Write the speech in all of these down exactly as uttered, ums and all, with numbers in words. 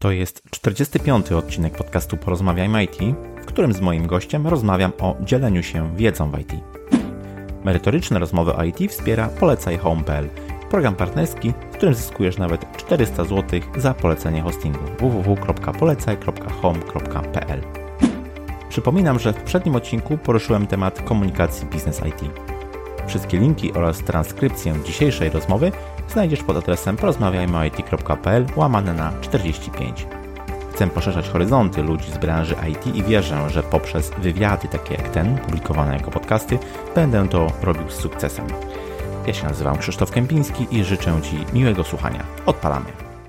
To jest czterdziesty piąty odcinek podcastu Porozmawiajmy I T, w którym z moim gościem rozmawiam o dzieleniu się wiedzą w I T. Merytoryczne rozmowy o I T wspiera Polecaj Home kropka p l, program partnerski, w którym zyskujesz nawet czterysta złotych za polecenie hostingu w w w kropka polecaj kropka home kropka p l. Przypominam, że w poprzednim odcinku poruszyłem temat komunikacji biznes I T. Wszystkie linki oraz transkrypcję dzisiejszej rozmowy znajdziesz pod adresem porozmawiajmy i t kropka p l łamane na czterdzieści pięć. Chcę poszerzać horyzonty ludzi z branży I T i wierzę, że poprzez wywiady takie jak ten, publikowane jako podcasty, będę to robił z sukcesem. Ja się nazywam Krzysztof Kępiński i życzę Ci miłego słuchania. Odpalamy.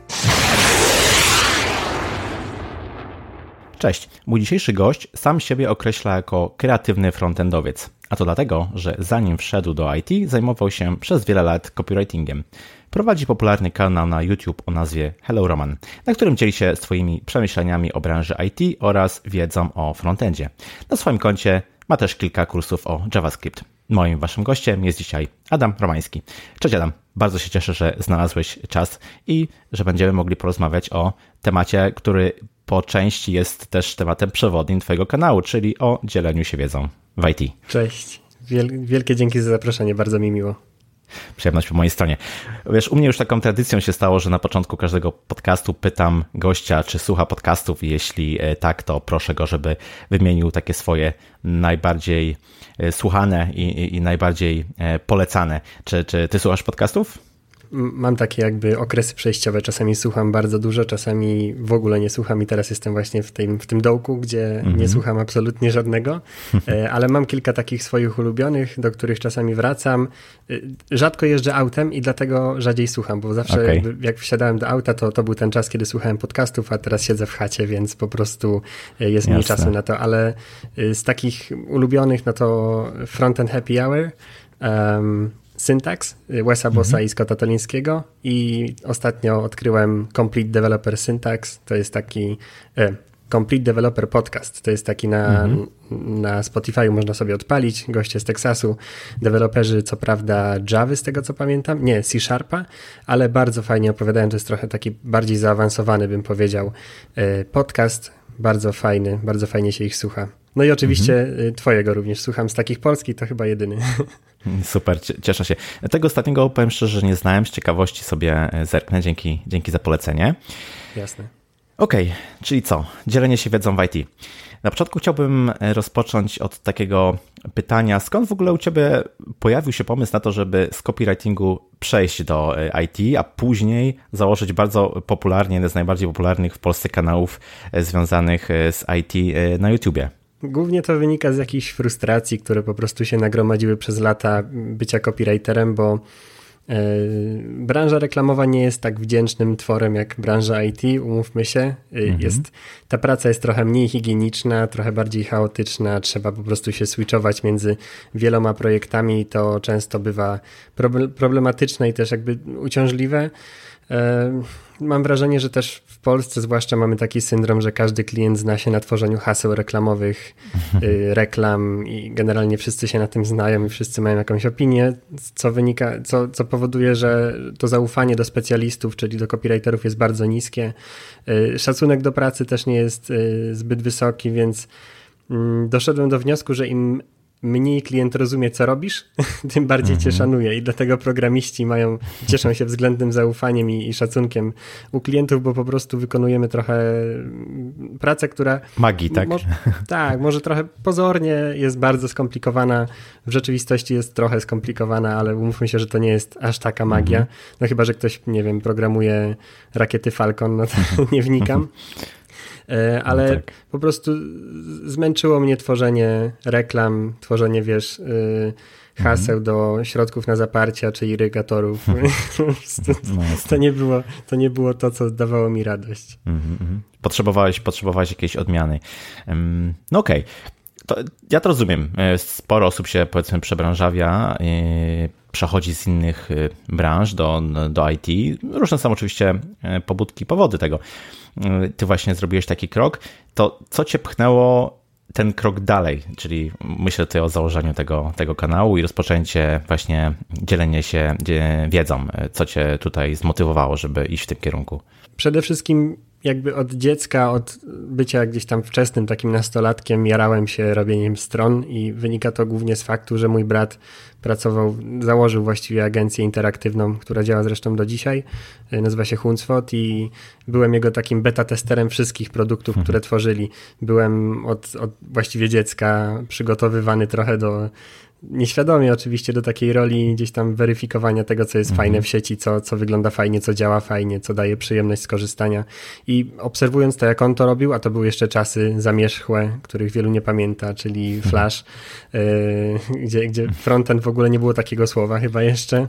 Cześć, mój dzisiejszy gość sam siebie określa jako kreatywny frontendowiec, a to dlatego, że zanim wszedł do I T, zajmował się przez wiele lat copywritingiem. Prowadzi popularny kanał na YouTube o nazwie Hello Roman, na którym dzieli się swoimi przemyśleniami o branży I T oraz wiedzą o frontendzie. Na swoim koncie ma też kilka kursów o JavaScript. Moim waszym gościem jest dzisiaj Adam Romański. Cześć Adam, bardzo się cieszę, że znalazłeś czas i że będziemy mogli porozmawiać o temacie, który po części jest też tematem przewodnim twojego kanału, czyli o dzieleniu się wiedzą w I T. Cześć, Wiel- wielkie dzięki za zaproszenie, bardzo mi miło. Przyjemność po mojej stronie. Wiesz, u mnie już taką tradycją się stało, że na początku każdego podcastu pytam gościa, czy słucha podcastów i jeśli tak, to proszę go, żeby wymienił takie swoje najbardziej słuchane i, i, i najbardziej polecane. Czy, czy ty słuchasz podcastów? Mam takie jakby okresy przejściowe, czasami słucham bardzo dużo, czasami w ogóle nie słucham i teraz jestem właśnie w tym, w tym dołku, gdzie mm-hmm. nie słucham absolutnie żadnego, ale mam kilka takich swoich ulubionych, do których czasami wracam. Rzadko jeżdżę autem i dlatego rzadziej słucham, bo zawsze okay. jakby, jak wsiadałem do auta, to, to był ten czas, kiedy słuchałem podcastów, a teraz siedzę w chacie, więc po prostu jest mniej Jasne. czasu na to, ale z takich ulubionych, no to Frontend Happy Hour, um, Syntax, Wesa Bossa mm-hmm. i Scotta Tolińskiego i ostatnio odkryłem Complete Developer Syntax, to jest taki e, Complete Developer Podcast, to jest taki na, mm-hmm. na Spotify'u można sobie odpalić, goście z Teksasu, deweloperzy co prawda Javy z tego co pamiętam, nie, C Sharpa, ale bardzo fajnie opowiadają, to jest trochę taki bardziej zaawansowany bym powiedział e, podcast, bardzo fajny, bardzo fajnie się ich słucha. No i oczywiście mm-hmm. twojego również słucham, z takich polskich to chyba jedyny. Super, cieszę się. Tego ostatniego powiem szczerze, że nie znałem, z ciekawości sobie zerknę, dzięki, dzięki za polecenie. Jasne. Okej, okay, czyli co? Dzielenie się wiedzą w I T. Na początku chciałbym rozpocząć od takiego pytania, skąd w ogóle u Ciebie pojawił się pomysł na to, żeby z copywritingu przejść do I T, a później założyć bardzo popularnie, jeden z najbardziej popularnych w Polsce kanałów związanych z I T na YouTubie? Głównie to wynika z jakichś frustracji, które po prostu się nagromadziły przez lata bycia copywriterem, bo yy, branża reklamowa nie jest tak wdzięcznym tworem jak branża I T, umówmy się. Yy, mhm. jest, ta praca jest trochę mniej higieniczna, trochę bardziej chaotyczna, trzeba po prostu się switchować między wieloma projektami i to często bywa problematyczne i też jakby uciążliwe. Mam wrażenie, że też w Polsce zwłaszcza mamy taki syndrom, że każdy klient zna się na tworzeniu haseł reklamowych, reklam i generalnie wszyscy się na tym znają i wszyscy mają jakąś opinię, co wynika, co, co powoduje, że to zaufanie do specjalistów, czyli do copywriterów jest bardzo niskie. Szacunek do pracy też nie jest zbyt wysoki, więc doszedłem do wniosku, że im mniej klient rozumie, co robisz, tym bardziej cię szanuje i dlatego programiści mają, cieszą się względnym zaufaniem i, i szacunkiem u klientów, bo po prostu wykonujemy trochę pracę, która... Magii, tak? Mo- tak, może trochę pozornie jest bardzo skomplikowana, w rzeczywistości jest trochę skomplikowana, ale umówmy się, że to nie jest aż taka magia. Mhm. No chyba, że ktoś, nie wiem, programuje rakiety Falcon, no to nie wnikam. Ale no tak. po prostu zmęczyło mnie tworzenie reklam, tworzenie, wiesz, haseł mm. do środków na zaparcia czy irygatorów. to, to, nie było, to nie było to, co dawało mi radość. Mm-hmm. Potrzebowałeś, potrzebowałeś jakiejś odmiany. Um, no okej. Okay. To, ja to rozumiem. Sporo osób się, powiedzmy, przebranżawia, yy, przechodzi z innych branż do, do I T. Różne są oczywiście pobudki, powody tego. Ty właśnie zrobiłeś taki krok. To co cię pchnęło ten krok dalej? Czyli myślę tutaj o założeniu tego, tego kanału i rozpoczęcie właśnie dzielenia się wiedzą. Co cię tutaj zmotywowało, żeby iść w tym kierunku? Przede wszystkim jakby od dziecka, od bycia gdzieś tam wczesnym takim nastolatkiem jarałem się robieniem stron i wynika to głównie z faktu, że mój brat pracował, założył właściwie agencję interaktywną, która działa zresztą do dzisiaj, nazywa się Huncwot i byłem jego takim beta testerem wszystkich produktów, mhm. które tworzyli. Byłem od, od właściwie dziecka przygotowywany trochę do nieświadomie oczywiście do takiej roli gdzieś tam weryfikowania tego, co jest mhm. fajne w sieci, co, co wygląda fajnie, co działa fajnie, co daje przyjemność skorzystania. I obserwując to, jak on to robił, a to były jeszcze czasy zamierzchłe, których wielu nie pamięta, czyli Flash, mhm. y, gdzie, gdzie frontend w ogóle nie było takiego słowa chyba jeszcze.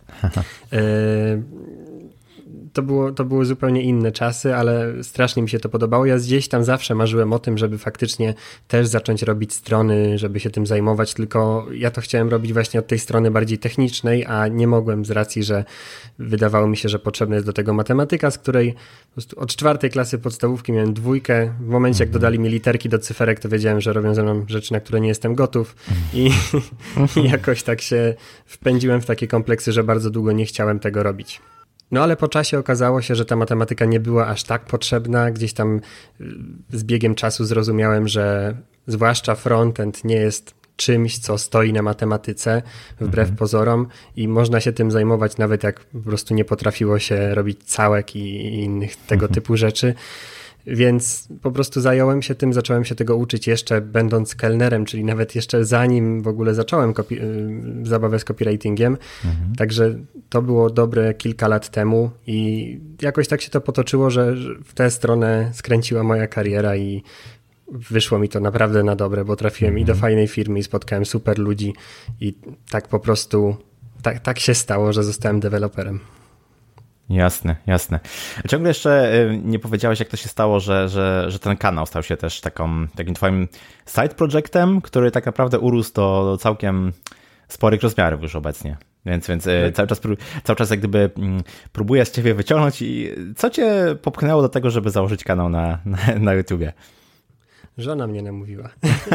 y, To, było, to były zupełnie inne czasy, ale strasznie mi się to podobało. Ja gdzieś tam zawsze marzyłem o tym, żeby faktycznie też zacząć robić strony, żeby się tym zajmować, tylko ja to chciałem robić właśnie od tej strony bardziej technicznej, a nie mogłem z racji, że wydawało mi się, że potrzebna jest do tego matematyka, z której po prostu od czwartej klasy podstawówki miałem dwójkę. W momencie, jak dodali mi literki do cyferek, to wiedziałem, że robią ze mną rzeczy, na które nie jestem gotów i, i jakoś tak się wpędziłem w takie kompleksy, że bardzo długo nie chciałem tego robić. No ale po czasie okazało się, że ta matematyka nie była aż tak potrzebna. Gdzieś tam z biegiem czasu zrozumiałem, że zwłaszcza frontend nie jest czymś, co stoi na matematyce, wbrew mhm. pozorom i można się tym zajmować nawet jak po prostu nie potrafiło się robić całek i, i innych tego mhm. typu rzeczy. Więc po prostu zająłem się tym, zacząłem się tego uczyć jeszcze będąc kelnerem, czyli nawet jeszcze zanim w ogóle zacząłem kopi- zabawę z copywritingiem. Mhm. Także to było dobre kilka lat temu i jakoś tak się to potoczyło, że w tę stronę skręciła moja kariera i wyszło mi to naprawdę na dobre, bo trafiłem mhm. i do fajnej firmy i spotkałem super ludzi i tak po prostu tak, tak się stało, że zostałem deweloperem. Jasne, jasne. Ciągle jeszcze nie powiedziałeś, jak to się stało, że, że, że ten kanał stał się też taką, takim twoim side projectem, który tak naprawdę urósł do, do całkiem sporych rozmiarów już obecnie. Więc, więc tak. cały czas, cały czas jak gdyby próbuję z ciebie wyciągnąć i co cię popchnęło do tego, żeby założyć kanał na, na, na YouTubie? Żona mnie namówiła.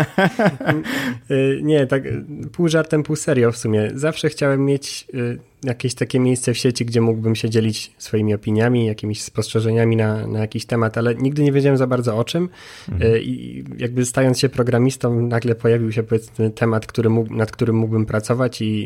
Nie, tak pół żartem, pół serio w sumie. Zawsze chciałem mieć jakieś takie miejsce w sieci, gdzie mógłbym się dzielić swoimi opiniami, jakimiś spostrzeżeniami na, na jakiś temat, ale nigdy nie wiedziałem za bardzo o czym. Mhm. I jakby stając się programistą, nagle pojawił się powiedzmy temat, który mógł, nad którym mógłbym pracować i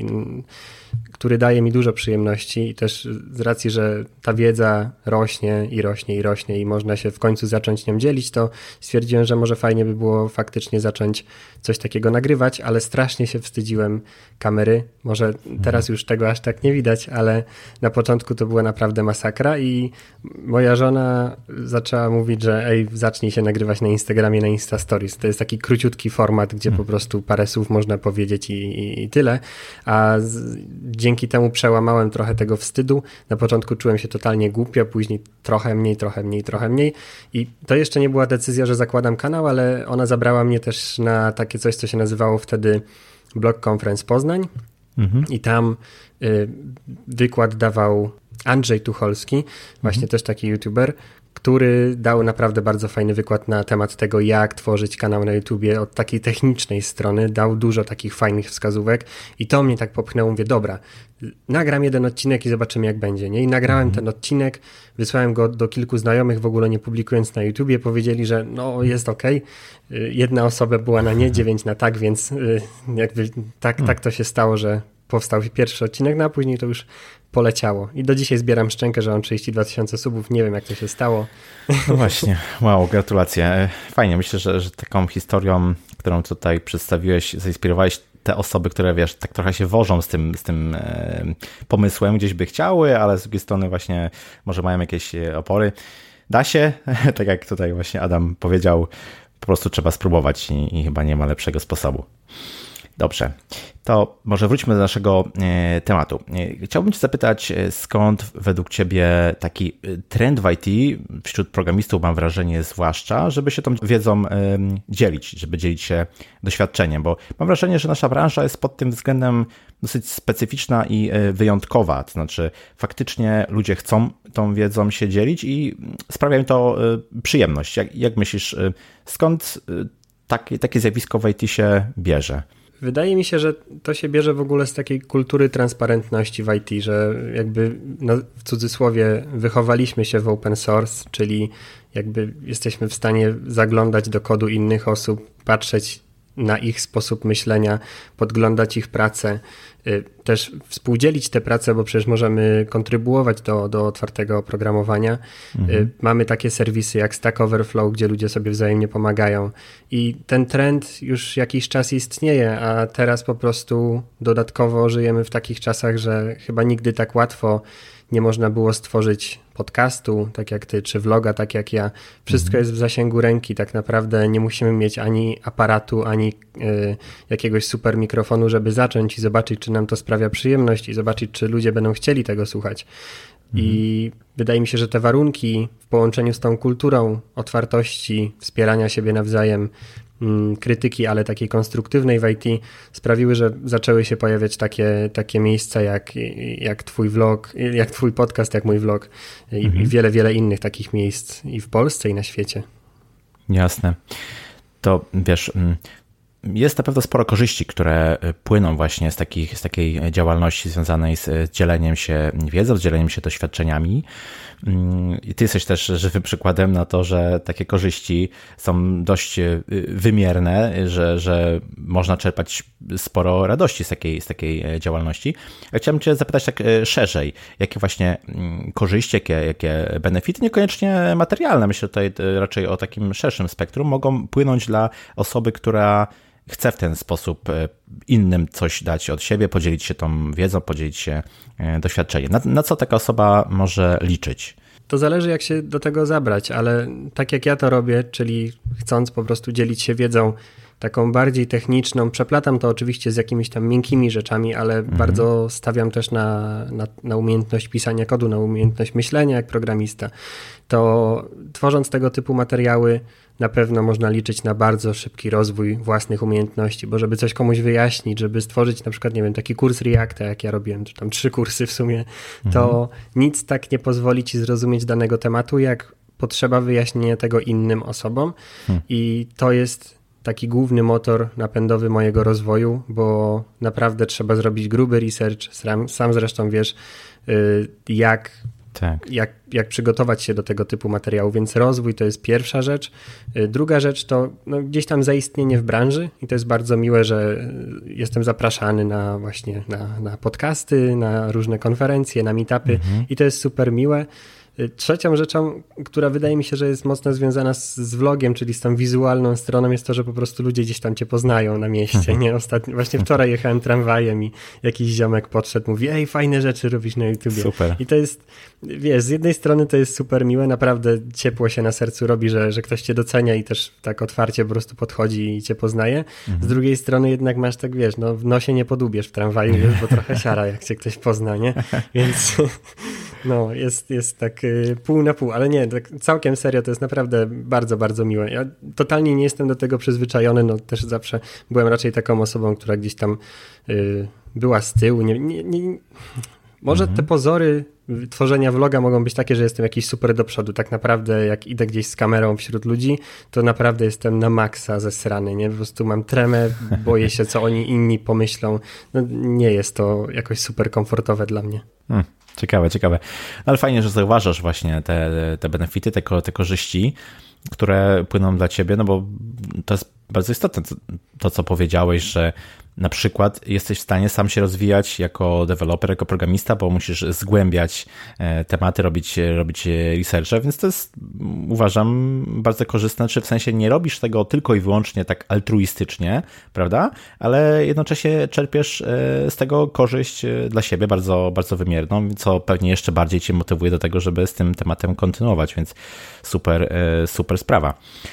który daje mi dużo przyjemności i też z racji, że ta wiedza rośnie i rośnie i rośnie i można się w końcu zacząć nią dzielić, to stwierdziłem, że może fajnie by było faktycznie zacząć coś takiego nagrywać, ale strasznie się wstydziłem kamery. Może teraz już tego aż tak nie widać, ale na początku to była naprawdę masakra i moja żona zaczęła mówić, że ej, zacznij się nagrywać na Instagramie, na Insta Stories. To jest taki króciutki format, gdzie po prostu parę słów można powiedzieć i, i, i tyle, a z, dzięki temu przełamałem trochę tego wstydu. Na początku czułem się totalnie głupio, później trochę mniej, trochę mniej, trochę mniej i to jeszcze nie była decyzja, że zakładam kanał, ale ona zabrała mnie też na takie coś, co się nazywało wtedy Blog Conference Poznań mhm. i tam y, wykład dawał Andrzej Tucholski, właśnie mhm. też taki youtuber, który dał naprawdę bardzo fajny wykład na temat tego, jak tworzyć kanał na YouTubie od takiej technicznej strony. Dał dużo takich fajnych wskazówek i to mnie tak popchnęło. Mówię, dobra, nagram jeden odcinek i zobaczymy, jak będzie. Nie? I nagrałem ten odcinek, wysłałem go do kilku znajomych, w ogóle nie publikując na YouTubie. Powiedzieli, że no jest okej. Okay. Jedna osoba była na nie, dziewięć na tak, więc jakby tak, tak to się stało, że powstał pierwszy odcinek, no a później to już poleciało. I do dzisiaj zbieram szczękę, że mam trzydzieści dwa tysiące subów. Nie wiem, jak to się stało. No właśnie. Wow, gratulacje. Fajnie. Myślę, że, że taką historią, którą tutaj przedstawiłeś, zainspirowałeś te osoby, które wiesz, tak trochę się wożą z tym, z tym e, pomysłem, gdzieś by chciały, ale z drugiej strony właśnie może mają jakieś opory. Da się, tak jak tutaj właśnie Adam powiedział, po prostu trzeba spróbować i, i chyba nie ma lepszego sposobu. Dobrze, to może wróćmy do naszego e, tematu. E, chciałbym Cię zapytać, skąd według Ciebie taki trend w I T wśród programistów, mam wrażenie zwłaszcza, żeby się tą wiedzą e, dzielić, żeby dzielić się doświadczeniem, bo mam wrażenie, że nasza branża jest pod tym względem dosyć specyficzna i e, wyjątkowa, to znaczy faktycznie ludzie chcą tą wiedzą się dzielić i sprawia im to e, przyjemność. Jak, jak myślisz, e, skąd e, takie, takie zjawisko w I T się bierze? wydaje mi się, że to się bierze w ogóle z takiej kultury transparentności w I T, że jakby no, w cudzysłowie wychowaliśmy się w open source, czyli jakby jesteśmy w stanie zaglądać do kodu innych osób, patrzeć na ich sposób myślenia, podglądać ich pracę, też współdzielić te prace, bo przecież możemy kontrybuować do, do otwartego oprogramowania. Mhm. Mamy takie serwisy jak Stack Overflow, gdzie ludzie sobie wzajemnie pomagają i ten trend już jakiś czas istnieje, a teraz po prostu dodatkowo żyjemy w takich czasach, że chyba nigdy tak łatwo nie można było stworzyć podcastu, tak jak ty, czy vloga, tak jak ja. Wszystko mhm. jest w zasięgu ręki. Tak naprawdę nie musimy mieć ani aparatu, ani y, jakiegoś super mikrofonu, żeby zacząć i zobaczyć, czy nam to sprawia przyjemność i zobaczyć, czy ludzie będą chcieli tego słuchać. Mhm. I wydaje mi się, że te warunki w połączeniu z tą kulturą otwartości, wspierania siebie nawzajem, krytyki, ale takiej konstruktywnej w I T sprawiły, że zaczęły się pojawiać takie, takie miejsca jak, jak twój vlog, jak twój podcast, jak mój vlog i, mhm. i wiele, wiele innych takich miejsc i w Polsce i na świecie. Jasne. To wiesz, jest na pewno sporo korzyści, które płyną właśnie z, takich, z takiej działalności związanej z dzieleniem się wiedzą, z dzieleniem się doświadczeniami. I ty jesteś też żywym przykładem na to, że takie korzyści są dość wymierne, że, że można czerpać sporo radości z takiej, z takiej działalności. Ja chciałem cię zapytać tak szerzej, jakie właśnie korzyści, jakie, jakie benefity, niekoniecznie materialne, myślę tutaj raczej o takim szerszym spektrum, mogą płynąć dla osoby, która chce w ten sposób innym coś dać od siebie, podzielić się tą wiedzą, podzielić się doświadczeniem. Na, na co taka osoba może liczyć? To zależy, jak się do tego zabrać, ale tak jak ja to robię, czyli chcąc po prostu dzielić się wiedzą taką bardziej techniczną, przeplatam to oczywiście z jakimiś tam miękkimi rzeczami, ale mhm. bardzo stawiam też na, na, na umiejętność pisania kodu, na umiejętność myślenia jak programista, to tworząc tego typu materiały na pewno można liczyć na bardzo szybki rozwój własnych umiejętności, bo żeby coś komuś wyjaśnić, żeby stworzyć na przykład, nie wiem, taki kurs Reacta, jak ja robiłem, czy tam trzy kursy w sumie, to mhm. nic tak nie pozwoli ci zrozumieć danego tematu, jak potrzeba wyjaśnienia tego innym osobom hmm. i to jest taki główny motor napędowy mojego rozwoju, bo naprawdę trzeba zrobić gruby research, sam, sam zresztą wiesz, jak Tak. Jak, jak przygotować się do tego typu materiału, więc rozwój to jest pierwsza rzecz. Druga rzecz to no, gdzieś tam zaistnienie w branży i to jest bardzo miłe, że jestem zapraszany na właśnie na, na podcasty, na różne konferencje, na meetupy mhm. i to jest super miłe. Trzecią rzeczą, która wydaje mi się, że jest mocno związana z, z vlogiem, czyli z tą wizualną stroną, jest to, że po prostu ludzie gdzieś tam cię poznają na mieście. Nie? Ostatnio, właśnie wczoraj jechałem tramwajem i jakiś ziomek podszedł, mówi, ej, fajne rzeczy robisz na YouTubie. Super. I to jest, wiesz, z jednej strony to jest super miłe, naprawdę ciepło się na sercu robi, że, że ktoś cię docenia i też tak otwarcie po prostu podchodzi i cię poznaje. Mhm. Z drugiej strony jednak masz tak, wiesz, no w nosie nie podubiesz w tramwaju, wiesz, bo trochę siara, jak cię ktoś pozna, nie? Więc no, jest, jest tak pół na pół, ale nie, tak całkiem serio, to jest naprawdę bardzo, bardzo miłe. Ja totalnie nie jestem do tego przyzwyczajony, no też zawsze byłem raczej taką osobą, która gdzieś tam y, była z tyłu. Nie, nie, nie, może mhm. te pozory tworzenia vloga mogą być takie, że jestem jakiś super do przodu. Tak naprawdę jak idę gdzieś z kamerą wśród ludzi, to naprawdę jestem na maksa zesrany, nie? Po prostu mam tremę, boję się, co oni inni pomyślą. No, nie jest to jakoś super komfortowe dla mnie. Hmm. Ciekawe, ciekawe. Ale fajnie, że zauważasz właśnie te, te benefity, te, te korzyści, które płyną dla ciebie, no bo to jest bardzo istotne to, co powiedziałeś, że na przykład jesteś w stanie sam się rozwijać jako deweloper, jako programista, bo musisz zgłębiać tematy, robić, robić researche, więc to jest, uważam, bardzo korzystne, czy w sensie nie robisz tego tylko i wyłącznie tak altruistycznie, prawda, ale jednocześnie czerpiesz z tego korzyść dla siebie bardzo, bardzo wymierną, co pewnie jeszcze bardziej cię motywuje do tego, żeby z tym tematem kontynuować, więc super, super sprawa.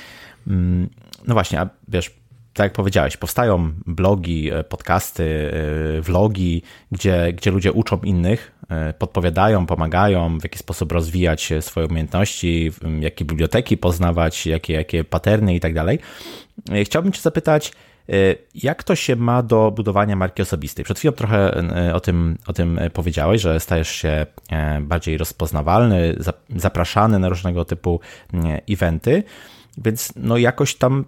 No właśnie, a wiesz, tak jak powiedziałeś, powstają blogi, podcasty, vlogi, gdzie, gdzie ludzie uczą innych, podpowiadają, pomagają, w jaki sposób rozwijać swoje umiejętności, jakie biblioteki poznawać, jakie, jakie paterny i tak dalej. Chciałbym cię zapytać, jak to się ma do budowania marki osobistej? Przed chwilą trochę o tym, o tym powiedziałeś, że stajesz się bardziej rozpoznawalny, zapraszany na różnego typu eventy, więc no jakoś tam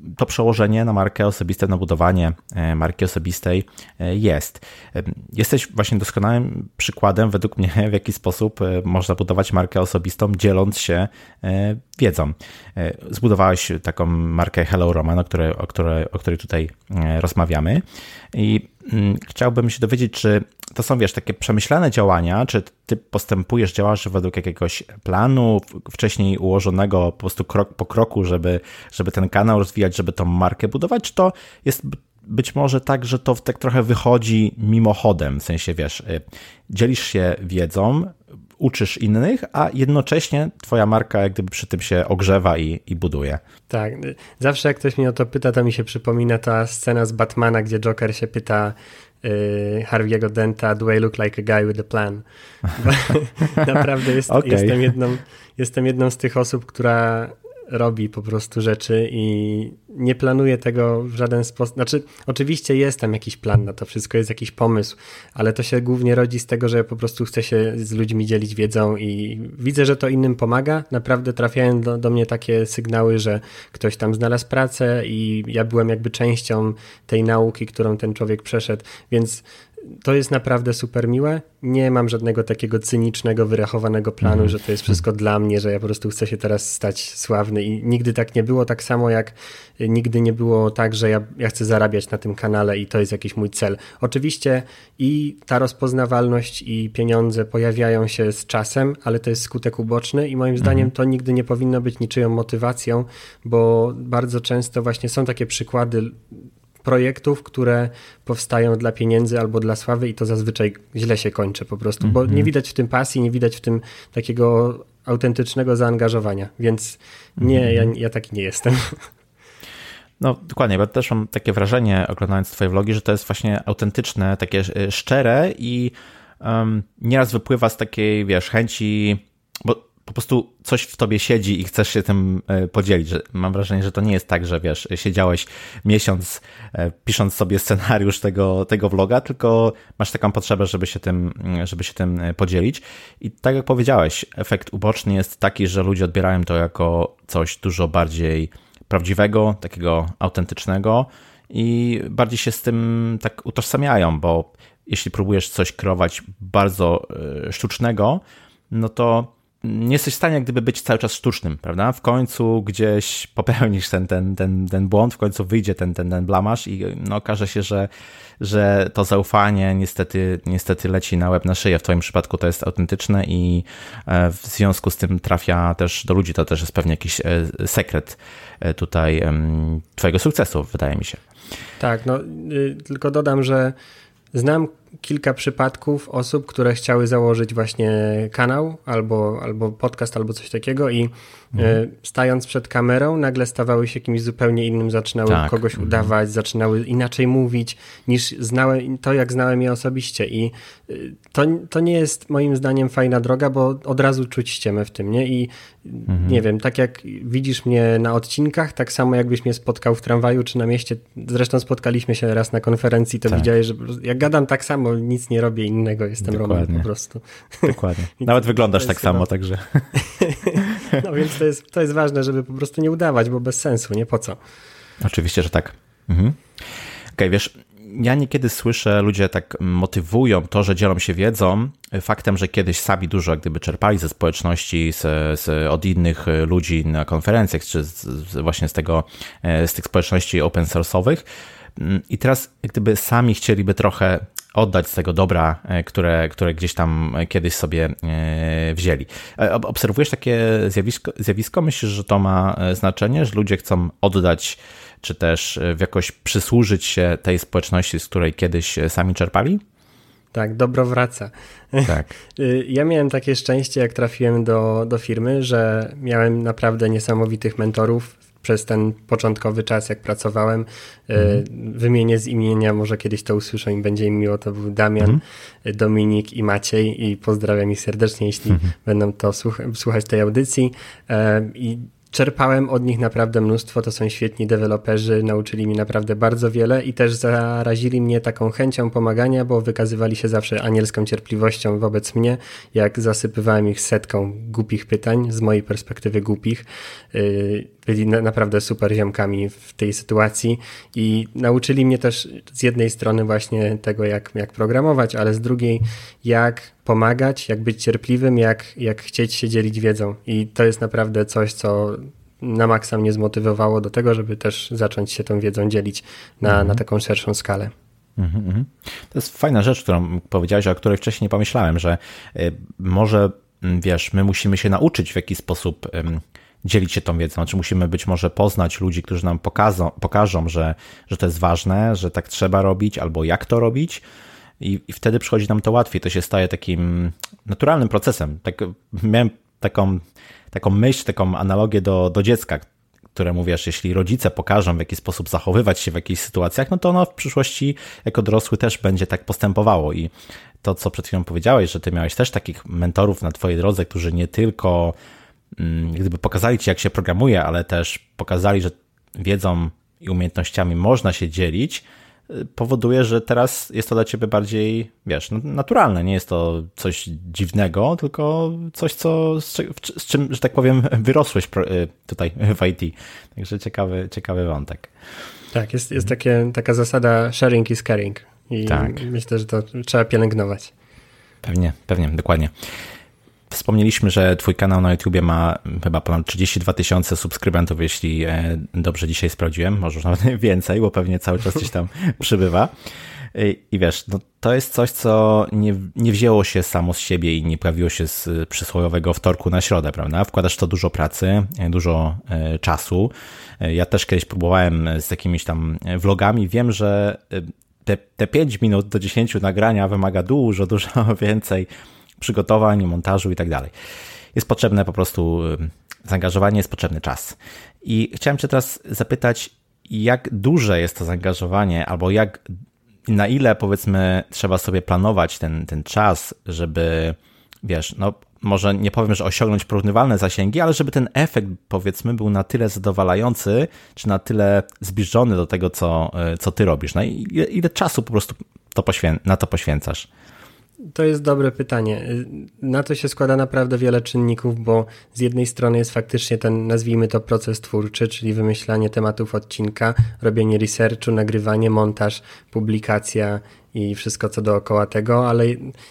to przełożenie na markę osobistą, na budowanie marki osobistej jest. Jesteś właśnie doskonałym przykładem według mnie, w jaki sposób można budować markę osobistą, dzieląc się wiedzą. Zbudowałeś taką markę Hello Roman, o której, o której, o której tutaj rozmawiamy i chciałbym się dowiedzieć, czy to są, wiesz, takie przemyślane działania, czy ty postępujesz, działasz według jakiegoś planu wcześniej ułożonego po prostu krok po kroku, żeby, żeby ten kanał rozwijać, żeby tą markę budować, czy to jest być może tak, że to tak trochę wychodzi mimochodem, w sensie, wiesz, dzielisz się wiedzą, uczysz innych, a jednocześnie twoja marka jak gdyby przy tym się ogrzewa i, i buduje. Tak, zawsze jak ktoś mnie o to pyta, to mi się przypomina ta scena z Batmana, gdzie Joker się pyta yy, Harvey'ego Denta, do I look like a guy with a plan? Naprawdę jest, okay. jestem, jedną, jestem jedną z tych osób, która robi po prostu rzeczy i nie planuje tego w żaden sposób. Znaczy, oczywiście jest tam jakiś plan na to wszystko, jest jakiś pomysł, ale to się głównie rodzi z tego, że ja po prostu chcę się z ludźmi dzielić wiedzą i widzę, że to innym pomaga. Naprawdę trafiają do, do mnie takie sygnały, że ktoś tam znalazł pracę i ja byłem jakby częścią tej nauki, którą ten człowiek przeszedł, więc to jest naprawdę super miłe. Nie mam żadnego takiego cynicznego, wyrachowanego planu, mm. że to jest wszystko dla mnie, że ja po prostu chcę się teraz stać sławny i nigdy tak nie było, tak samo jak nigdy nie było tak, że ja, ja chcę zarabiać na tym kanale i to jest jakiś mój cel. Oczywiście i ta rozpoznawalność i pieniądze pojawiają się z czasem, ale to jest skutek uboczny i moim zdaniem to nigdy nie powinno być niczyją motywacją, bo bardzo często właśnie są takie przykłady projektów, które powstają dla pieniędzy albo dla sławy i to zazwyczaj źle się kończy po prostu, bo nie widać w tym pasji, nie widać w tym takiego autentycznego zaangażowania, więc nie, ja, ja taki nie jestem. No dokładnie, bo też mam takie wrażenie, oglądając twoje vlogi, że to jest właśnie autentyczne, takie szczere i um, nieraz wypływa z takiej, wiesz, chęci, bo po prostu coś w tobie siedzi i chcesz się tym podzielić. Że mam wrażenie, że to nie jest tak, że wiesz, siedziałeś miesiąc pisząc sobie scenariusz tego, tego vloga, tylko masz taką potrzebę, żeby się tym, żeby się tym podzielić. I tak jak powiedziałeś, efekt uboczny jest taki, że ludzie odbierają to jako coś dużo bardziej prawdziwego, takiego autentycznego i bardziej się z tym tak utożsamiają, bo jeśli próbujesz coś kreować bardzo sztucznego, no to nie jesteś w stanie jak gdyby być cały czas sztucznym, prawda? W końcu gdzieś popełnisz ten, ten, ten, ten błąd, w końcu wyjdzie ten, ten, ten blamaż i no, okaże się, że, że to zaufanie niestety, niestety leci na łeb, na szyję. W twoim przypadku to jest autentyczne i w związku z tym trafia też do ludzi. To też jest pewnie jakiś sekret tutaj twojego sukcesu, wydaje mi się. Tak, no y, tylko dodam, że znam kilka przypadków osób, które chciały założyć właśnie kanał albo, albo podcast, albo coś takiego i mhm. stając przed kamerą nagle stawały się kimś zupełnie innym, zaczynały tak. kogoś mhm. udawać, zaczynały inaczej mówić niż znałem, to jak znałem je osobiście i to, to nie jest moim zdaniem fajna droga, bo od razu czuć ściemę w tym, nie? I mhm. nie wiem, tak jak widzisz mnie na odcinkach, tak samo jakbyś mnie spotkał w tramwaju czy na mieście, zresztą spotkaliśmy się raz na konferencji, to tak. widziałeś, że jak gadam tak samo, nic nie robię innego, jestem Roman po prostu. Dokładnie. Nawet wyglądasz tak samo, także... No więc to jest, to jest ważne, żeby po prostu nie udawać, bo bez sensu, nie po co. Oczywiście, że tak. Mhm. Okej, okay, wiesz, ja niekiedy słyszę, ludzie tak motywują to, że dzielą się wiedzą, faktem, że kiedyś sami dużo jak gdyby czerpali ze społeczności, z, z, od innych ludzi na konferencjach, czy z, z, właśnie z tego, z tych społeczności open source'owych i teraz jak gdyby sami chcieliby trochę oddać z tego dobra, które, które gdzieś tam kiedyś sobie wzięli. Obserwujesz takie zjawisko, zjawisko? Myślisz, że to ma znaczenie, że ludzie chcą oddać, czy też jakoś przysłużyć się tej społeczności, z której kiedyś sami czerpali? Tak, dobro wraca. Tak. Ja miałem takie szczęście, jak trafiłem do, do firmy, że miałem naprawdę niesamowitych mentorów przez ten początkowy czas, jak pracowałem. Mm. Wymienię z imienia, może kiedyś to usłyszą i będzie im miło, to był Damian, mm. Dominik i Maciej i pozdrawiam ich serdecznie, jeśli mm. będą to słuch- słuchać tej audycji. I czerpałem od nich naprawdę mnóstwo, to są świetni deweloperzy, nauczyli mi naprawdę bardzo wiele i też zarazili mnie taką chęcią pomagania, bo wykazywali się zawsze anielską cierpliwością wobec mnie, jak zasypywałem ich setką głupich pytań, z mojej perspektywy głupich. byli na, naprawdę super ziomkami w tej sytuacji i nauczyli mnie też z jednej strony właśnie tego, jak, jak programować, ale z drugiej jak pomagać, jak być cierpliwym, jak, jak chcieć się dzielić wiedzą. I to jest naprawdę coś, co na maksa mnie zmotywowało do tego, żeby też zacząć się tą wiedzą dzielić na, mhm. na taką szerszą skalę. Mhm. To jest fajna rzecz, którą powiedziałeś, o której wcześniej nie pomyślałem, że może, wiesz, my musimy się nauczyć, w jaki sposób dzielić się tą wiedzą, znaczy musimy być może poznać ludzi, którzy nam pokażą, pokażą że, że to jest ważne, że tak trzeba robić, albo jak to robić i, i wtedy przychodzi nam to łatwiej, to się staje takim naturalnym procesem. Tak, miałem taką, taką myśl, taką analogię do, do dziecka, które mówisz, jeśli rodzice pokażą, w jaki sposób zachowywać się w jakichś sytuacjach, no to ono w przyszłości jako dorosły też będzie tak postępowało i to, co przed chwilą powiedziałeś, że ty miałeś też takich mentorów na twojej drodze, którzy nie tylko gdyby pokazali ci, jak się programuje, ale też pokazali, że wiedzą i umiejętnościami można się dzielić, powoduje, że teraz jest to dla ciebie bardziej, wiesz, naturalne. Nie jest to coś dziwnego, tylko coś, co, z, z czym, że tak powiem, wyrosłeś tutaj w I T. Także ciekawy, ciekawy wątek. Tak, jest, jest takie, taka zasada sharing is caring i tak. Myślę, że to trzeba pielęgnować. Pewnie, pewnie, dokładnie. Wspomnieliśmy, że twój kanał na YouTubie ma chyba ponad trzydzieści dwa tysiące subskrybentów, jeśli dobrze dzisiaj sprawdziłem, może już nawet więcej, bo pewnie cały czas gdzieś tam przybywa. I, i wiesz, no to jest coś, co nie, nie wzięło się samo z siebie i nie pojawiło się z przysłowiowego wtorku na środę, prawda? Wkładasz w to dużo pracy, dużo czasu. Ja też kiedyś próbowałem z jakimiś tam vlogami. Wiem, że te, te pięć minut do dziesięciu nagrania wymaga dużo, dużo więcej przygotowań, montażu i tak dalej. Jest potrzebne po prostu zaangażowanie, jest potrzebny czas. I chciałem cię teraz zapytać, jak duże jest to zaangażowanie, albo jak, na ile powiedzmy trzeba sobie planować ten, ten czas, żeby, wiesz, no może nie powiem, że osiągnąć porównywalne zasięgi, ale żeby ten efekt powiedzmy był na tyle zadowalający, czy na tyle zbliżony do tego, co, co ty robisz. No i ile, ile czasu po prostu to poświę- na to poświęcasz? To jest dobre pytanie. Na to się składa naprawdę wiele czynników, bo z jednej strony jest faktycznie ten, nazwijmy to, proces twórczy, czyli wymyślanie tematów odcinka, robienie researchu, nagrywanie, montaż, publikacja i wszystko co dookoła tego, ale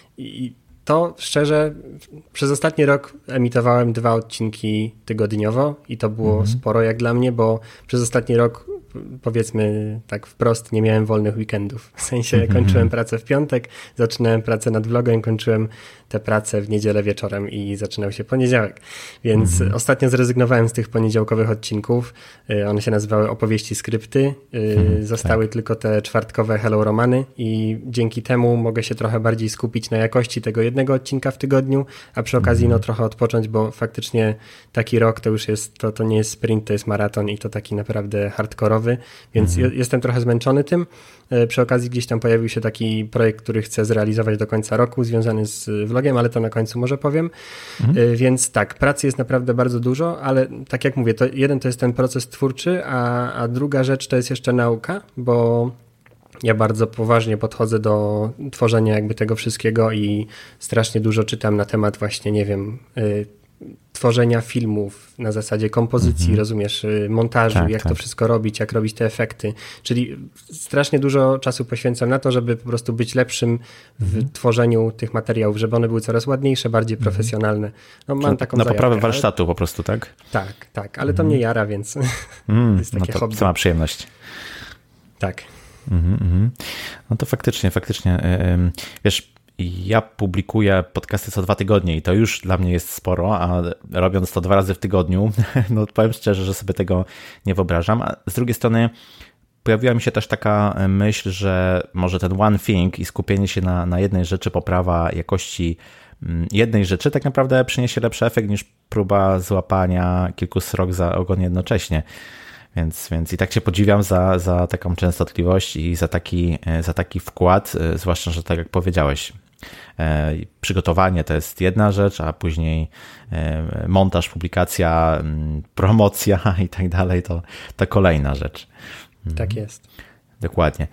i to szczerze przez ostatni rok emitowałem dwa odcinki tygodniowo i to było mhm. sporo jak dla mnie, bo przez ostatni rok, powiedzmy tak wprost, nie miałem wolnych weekendów. W sensie mhm. kończyłem pracę w piątek, zaczynałem pracę nad vlogiem, kończyłem tę pracę w niedzielę wieczorem i zaczynał się poniedziałek. Więc mhm. ostatnio zrezygnowałem z tych poniedziałkowych odcinków. One się nazywały opowieści, skrypty. Mhm, Zostały tak. tylko te czwartkowe Hello Romany i dzięki temu mogę się trochę bardziej skupić na jakości tego jednego odcinka w tygodniu, a przy okazji no trochę odpocząć, bo faktycznie taki rok to już jest, to, to nie jest sprint, to jest maraton i to taki naprawdę hardkorowy, więc mhm. jestem trochę zmęczony tym. Przy okazji gdzieś tam pojawił się taki projekt, który chcę zrealizować do końca roku, związany z vlogiem, ale to na końcu może powiem. Mhm. Więc tak, pracy jest naprawdę bardzo dużo, ale tak jak mówię, to jeden to jest ten proces twórczy, a, a druga rzecz to jest jeszcze nauka, bo ja bardzo poważnie podchodzę do tworzenia jakby tego wszystkiego i strasznie dużo czytam na temat właśnie, nie wiem, y, tworzenia filmów na zasadzie kompozycji, mm-hmm. rozumiesz, montażu, tak, jak tak. to wszystko robić, jak robić te efekty. Czyli strasznie dużo czasu poświęcam na to, żeby po prostu być lepszym w mm-hmm. tworzeniu tych materiałów, żeby one były coraz ładniejsze, bardziej mm-hmm. profesjonalne. No, mam taką na poprawę zajawkę, warsztatu ale... po prostu, tak? Tak, tak, ale mm-hmm. to mnie jara, więc mm, to jest takie no to hobby. sama przyjemność. Tak. Mm-hmm. No to faktycznie, faktycznie, yy, wiesz, ja publikuję podcasty co dwa tygodnie i to już dla mnie jest sporo, a robiąc to dwa razy w tygodniu, no powiem szczerze, że sobie tego nie wyobrażam. A z drugiej strony pojawiła mi się też taka myśl, że może ten one thing i skupienie się na, na jednej rzeczy, poprawa jakości jednej rzeczy tak naprawdę przyniesie lepszy efekt niż próba złapania kilku srok za ogon jednocześnie. Więc, więc i tak cię podziwiam za, za taką częstotliwość i za taki, za taki wkład, zwłaszcza, że tak jak powiedziałeś, przygotowanie to jest jedna rzecz, a później montaż, publikacja, promocja i tak dalej, to, to kolejna rzecz. Tak jest. Dokładnie.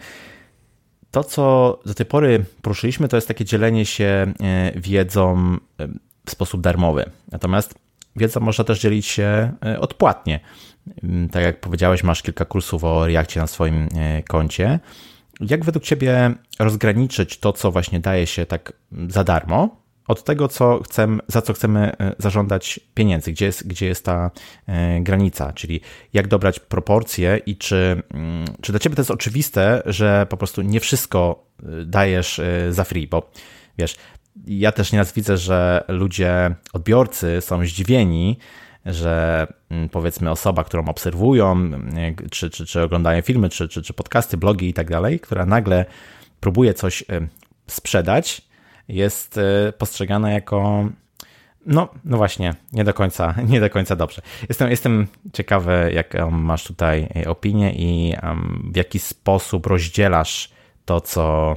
To, co do tej pory poruszyliśmy, to jest takie dzielenie się wiedzą w sposób darmowy. Natomiast wiedzą można też dzielić się odpłatnie. Tak jak powiedziałeś, masz kilka kursów o Reakcie na swoim koncie. Jak według Ciebie rozgraniczyć to, co właśnie daje się tak za darmo, od tego, co chcemy, za co chcemy zażądać pieniędzy, gdzie jest, gdzie jest ta granica, czyli jak dobrać proporcje i czy, czy dla Ciebie to jest oczywiste, że po prostu nie wszystko dajesz za free, bo wiesz, ja też nieraz widzę, że ludzie, odbiorcy są zdziwieni, że powiedzmy osoba, którą obserwują, czy, czy, czy oglądają filmy, czy, czy, czy podcasty, blogi i tak dalej, która nagle próbuje coś sprzedać, jest postrzegana jako no, no właśnie, nie do końca, nie do końca dobrze. Jestem, jestem ciekawy, jaką masz tutaj opinię i w jaki sposób rozdzielasz to, co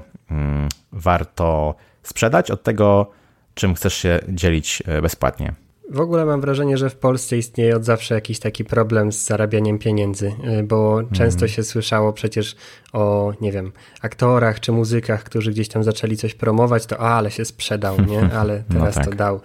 warto sprzedać od tego, czym chcesz się dzielić bezpłatnie. W ogóle mam wrażenie, że w Polsce istnieje od zawsze jakiś taki problem z zarabianiem pieniędzy, bo mm. często się słyszało przecież o, nie wiem, aktorach czy muzykach, którzy gdzieś tam zaczęli coś promować, to a, ale się sprzedał, nie? Ale teraz no tak. to dał.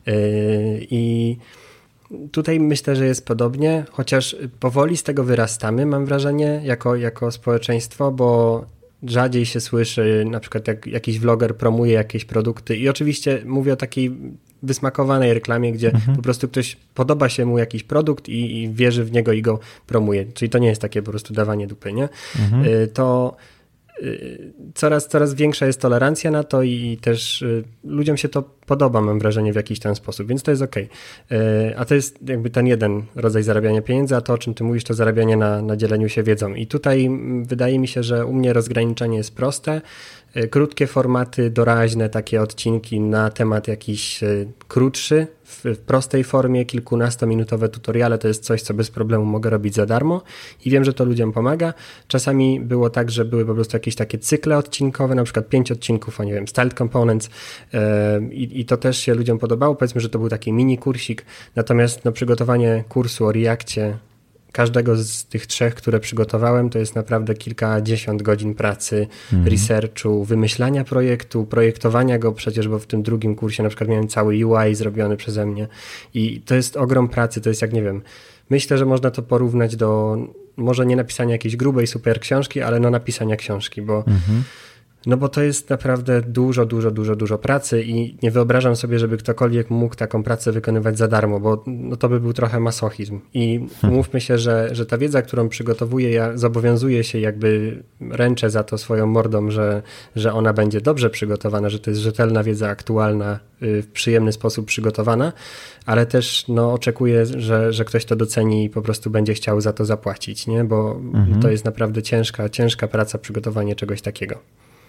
I tutaj myślę, że jest podobnie, chociaż powoli z tego wyrastamy, mam wrażenie, jako, jako społeczeństwo, bo rzadziej się słyszy, na przykład jak jakiś vloger promuje jakieś produkty i oczywiście mówię o takiej wysmakowanej reklamie, gdzie mhm. po prostu ktoś podoba się mu jakiś produkt i, i wierzy w niego i go promuje. Czyli to nie jest takie po prostu dawanie dupy, nie? Mhm. To coraz, coraz większa jest tolerancja na to i też ludziom się to podoba, mam wrażenie, w jakiś ten sposób, więc to jest okej. A to jest jakby ten jeden rodzaj zarabiania pieniędzy, a to, o czym ty mówisz, to zarabianie na, na dzieleniu się wiedzą. I tutaj wydaje mi się, że u mnie rozgraniczenie jest proste. Krótkie formaty, doraźne takie odcinki na temat jakiś krótszy, w, w prostej formie, kilkunastominutowe tutoriale to jest coś, co bez problemu mogę robić za darmo i wiem, że to ludziom pomaga. Czasami było tak, że były po prostu jakieś takie cykle odcinkowe, na przykład pięć odcinków o, nie wiem, Styled Components yy, i, i to też się ludziom podobało. Powiedzmy, że to był taki mini kursik, natomiast no, przygotowanie kursu o Reakcie każdego z tych trzech, które przygotowałem, to jest naprawdę kilkadziesiąt godzin pracy, mhm. researchu, wymyślania projektu, projektowania go przecież, bo w tym drugim kursie na przykład miałem cały U I zrobiony przeze mnie i to jest ogrom pracy, to jest jak, nie wiem, myślę, że można to porównać do może nie napisania jakiejś grubej super książki, ale no napisania książki, bo mhm. No bo to jest naprawdę dużo, dużo, dużo, dużo pracy i nie wyobrażam sobie, żeby ktokolwiek mógł taką pracę wykonywać za darmo, bo no to by był trochę masochizm. I umówmy się, że, że ta wiedza, którą przygotowuję, ja zobowiązuję się, jakby ręczę za to swoją mordą, że, że ona będzie dobrze przygotowana, że to jest rzetelna wiedza, aktualna, w przyjemny sposób przygotowana, ale też no, oczekuję, że, że ktoś to doceni i po prostu będzie chciał za to zapłacić, nie? Bo mhm. to jest naprawdę ciężka, ciężka praca przygotowanie czegoś takiego.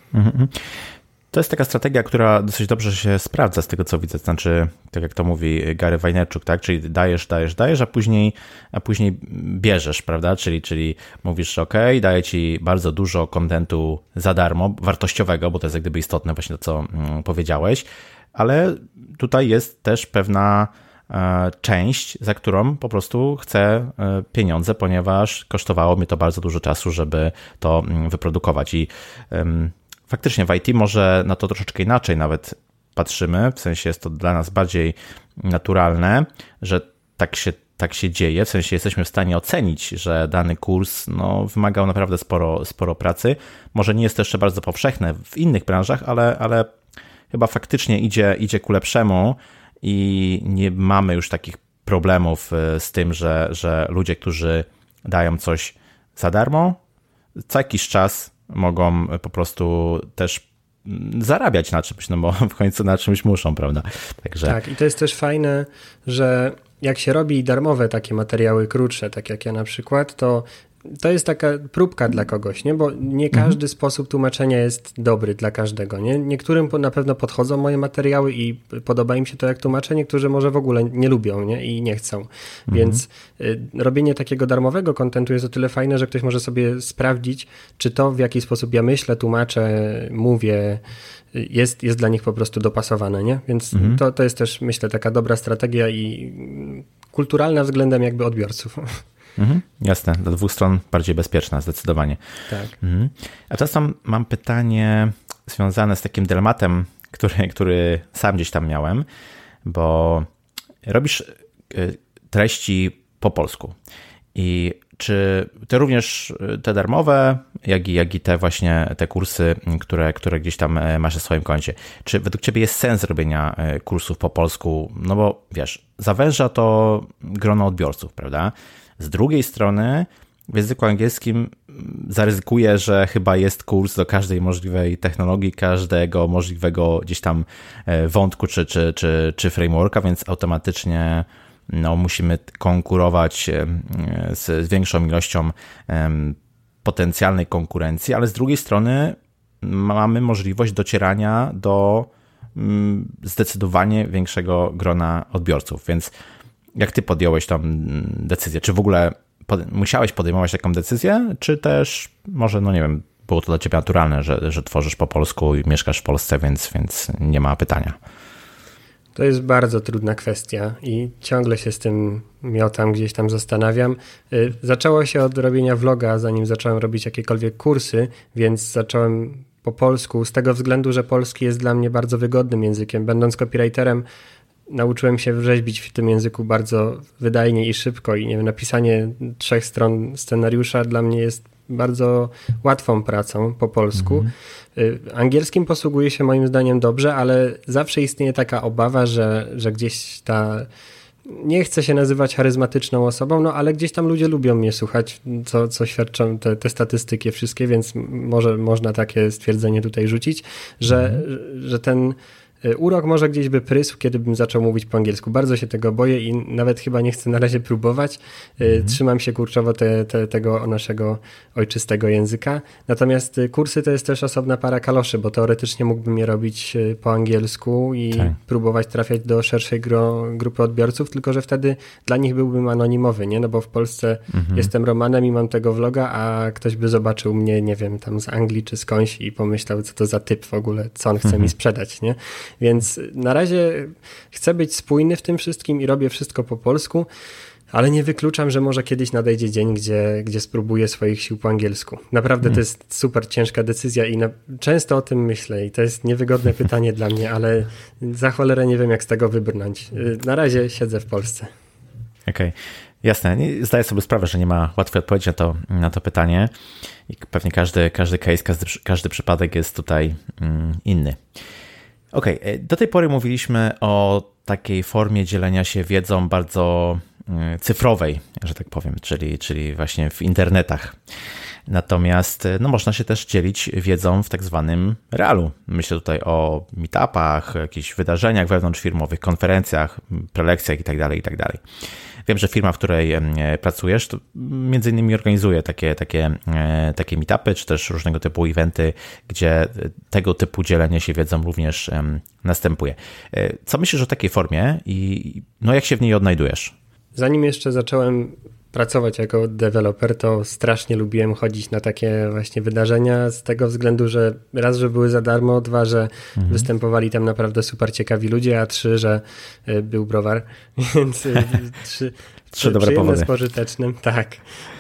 To jest taka strategia, która dosyć dobrze się sprawdza z tego, co widzę. Znaczy, tak jak to mówi Gary Vaynerchuk, tak? Czyli dajesz, dajesz, dajesz, a później, a później bierzesz, prawda? Czyli, czyli mówisz, ok, daję ci bardzo dużo kontentu za darmo, wartościowego, bo to jest jak gdyby istotne właśnie to, co powiedziałeś, ale tutaj jest też pewna część, za którą po prostu chcę pieniądze, ponieważ kosztowało mnie to bardzo dużo czasu, żeby to wyprodukować i faktycznie w I T może na to troszeczkę inaczej nawet patrzymy, w sensie jest to dla nas bardziej naturalne, że tak się, tak się dzieje, w sensie jesteśmy w stanie ocenić, że dany kurs no, wymagał naprawdę sporo, sporo pracy. Może nie jest to jeszcze bardzo powszechne w innych branżach, ale, ale chyba faktycznie idzie, idzie ku lepszemu i nie mamy już takich problemów z tym, że, że ludzie, którzy dają coś za darmo, co jakiś czas mogą po prostu też zarabiać na czymś, no bo w końcu na czymś muszą, prawda? Także... Tak, i to jest też fajne, że jak się robi darmowe takie materiały krótsze, tak jak ja na przykład, to to jest taka próbka dla kogoś, nie? Bo nie każdy mhm. sposób tłumaczenia jest dobry dla każdego. Nie? Niektórym na pewno podchodzą moje materiały i podoba im się to, jak tłumaczę, niektórzy może w ogóle nie lubią, nie? I nie chcą. Mhm. Więc y, robienie takiego darmowego kontentu jest o tyle fajne, że ktoś może sobie sprawdzić, czy to, w jaki sposób ja myślę, tłumaczę, mówię, jest, jest dla nich po prostu dopasowane, nie? Więc mhm. to, to jest też, myślę, taka dobra strategia i kulturalna względem jakby odbiorców. Mhm, jasne, dla dwóch stron bardziej bezpieczna, zdecydowanie. Tak. Mhm. A teraz tam mam pytanie związane z takim dylematem, który, który sam gdzieś tam miałem, bo robisz treści po polsku. I czy ty również te darmowe, jak i, jak i te właśnie te kursy, które, które gdzieś tam masz na swoim koncie, czy według ciebie jest sens robienia kursów po polsku? No bo wiesz, zawęża to grono odbiorców, prawda? Z drugiej strony w języku angielskim zaryzykuję, że chyba jest kurs do każdej możliwej technologii, każdego możliwego gdzieś tam wątku czy, czy, czy, czy frameworka, więc automatycznie no, musimy konkurować z, z większą ilością um, potencjalnej konkurencji, ale z drugiej strony mamy możliwość docierania do um, zdecydowanie większego grona odbiorców, więc jak ty podjąłeś tą decyzję? Czy w ogóle pod, musiałeś podejmować taką decyzję, czy też może, no nie wiem, było to dla ciebie naturalne, że, że tworzysz po polsku i mieszkasz w Polsce, więc, więc nie ma pytania? To jest bardzo trudna kwestia i ciągle się z tym miotam, gdzieś tam zastanawiam. Zaczęło się od robienia vloga, zanim zacząłem robić jakiekolwiek kursy, więc zacząłem po polsku z tego względu, że polski jest dla mnie bardzo wygodnym językiem. Będąc copywriterem, nauczyłem się rzeźbić w tym języku bardzo wydajnie i szybko i nie wiem, napisanie trzech stron scenariusza dla mnie jest bardzo łatwą pracą po polsku. Mhm. Angielskim posługuje się moim zdaniem dobrze, ale zawsze istnieje taka obawa, że, że gdzieś ta... Nie chcę się nazywać charyzmatyczną osobą, no ale gdzieś tam ludzie lubią mnie słuchać, co, co świadczą te, te statystyki wszystkie, więc może można takie stwierdzenie tutaj rzucić, że, mhm. że ten urok może gdzieś by prysł, kiedy bym zaczął mówić po angielsku. Bardzo się tego boję i nawet chyba nie chcę na razie próbować. Mhm. Trzymam się kurczowo te, te, tego naszego ojczystego języka. Natomiast kursy to jest też osobna para kaloszy, bo teoretycznie mógłbym je robić po angielsku i tak. próbować trafiać do szerszej gro, grupy odbiorców, tylko że wtedy dla nich byłbym anonimowy, nie? No bo w Polsce mhm. jestem Romanem i mam tego vloga, a ktoś by zobaczył mnie, nie wiem, tam z Anglii czy skądś i pomyślał, co to za typ w ogóle, co on chce mhm. mi sprzedać, nie? Więc na razie chcę być spójny w tym wszystkim i robię wszystko po polsku, ale nie wykluczam, że może kiedyś nadejdzie dzień, gdzie, gdzie spróbuję swoich sił po angielsku. Naprawdę hmm. to jest super ciężka decyzja i na, często o tym myślę i to jest niewygodne pytanie dla mnie, ale za cholerę nie wiem, jak z tego wybrnąć. Na razie siedzę w Polsce. Okej. Okay. Jasne, zdaję sobie sprawę, że nie ma łatwej odpowiedzi na to, na to pytanie i pewnie każdy, każdy case, każdy, każdy przypadek jest tutaj mm, inny. Okej, okay. Do tej pory mówiliśmy o takiej formie dzielenia się wiedzą bardzo cyfrowej, że tak powiem, czyli, czyli właśnie w internetach. Natomiast no, można się też dzielić wiedzą w tak zwanym realu. Myślę tutaj o meetupach, jakichś wydarzeniach wewnątrzfirmowych, konferencjach, prelekcjach itd., itd. Wiem, że firma, w której pracujesz, to między innymi organizuje takie, takie, takie meetupy, czy też różnego typu eventy, gdzie tego typu dzielenie się wiedzą również następuje. Co myślisz o takiej formie i no, jak się w niej odnajdujesz? Zanim jeszcze zacząłem pracować jako deweloper, to strasznie lubiłem chodzić na takie właśnie wydarzenia z tego względu, że raz, że były za darmo, dwa, że mhm. występowali tam naprawdę super ciekawi ludzie, a trzy, że był browar, więc trzy, Trzy dobre powody. Z pożytecznym, tak.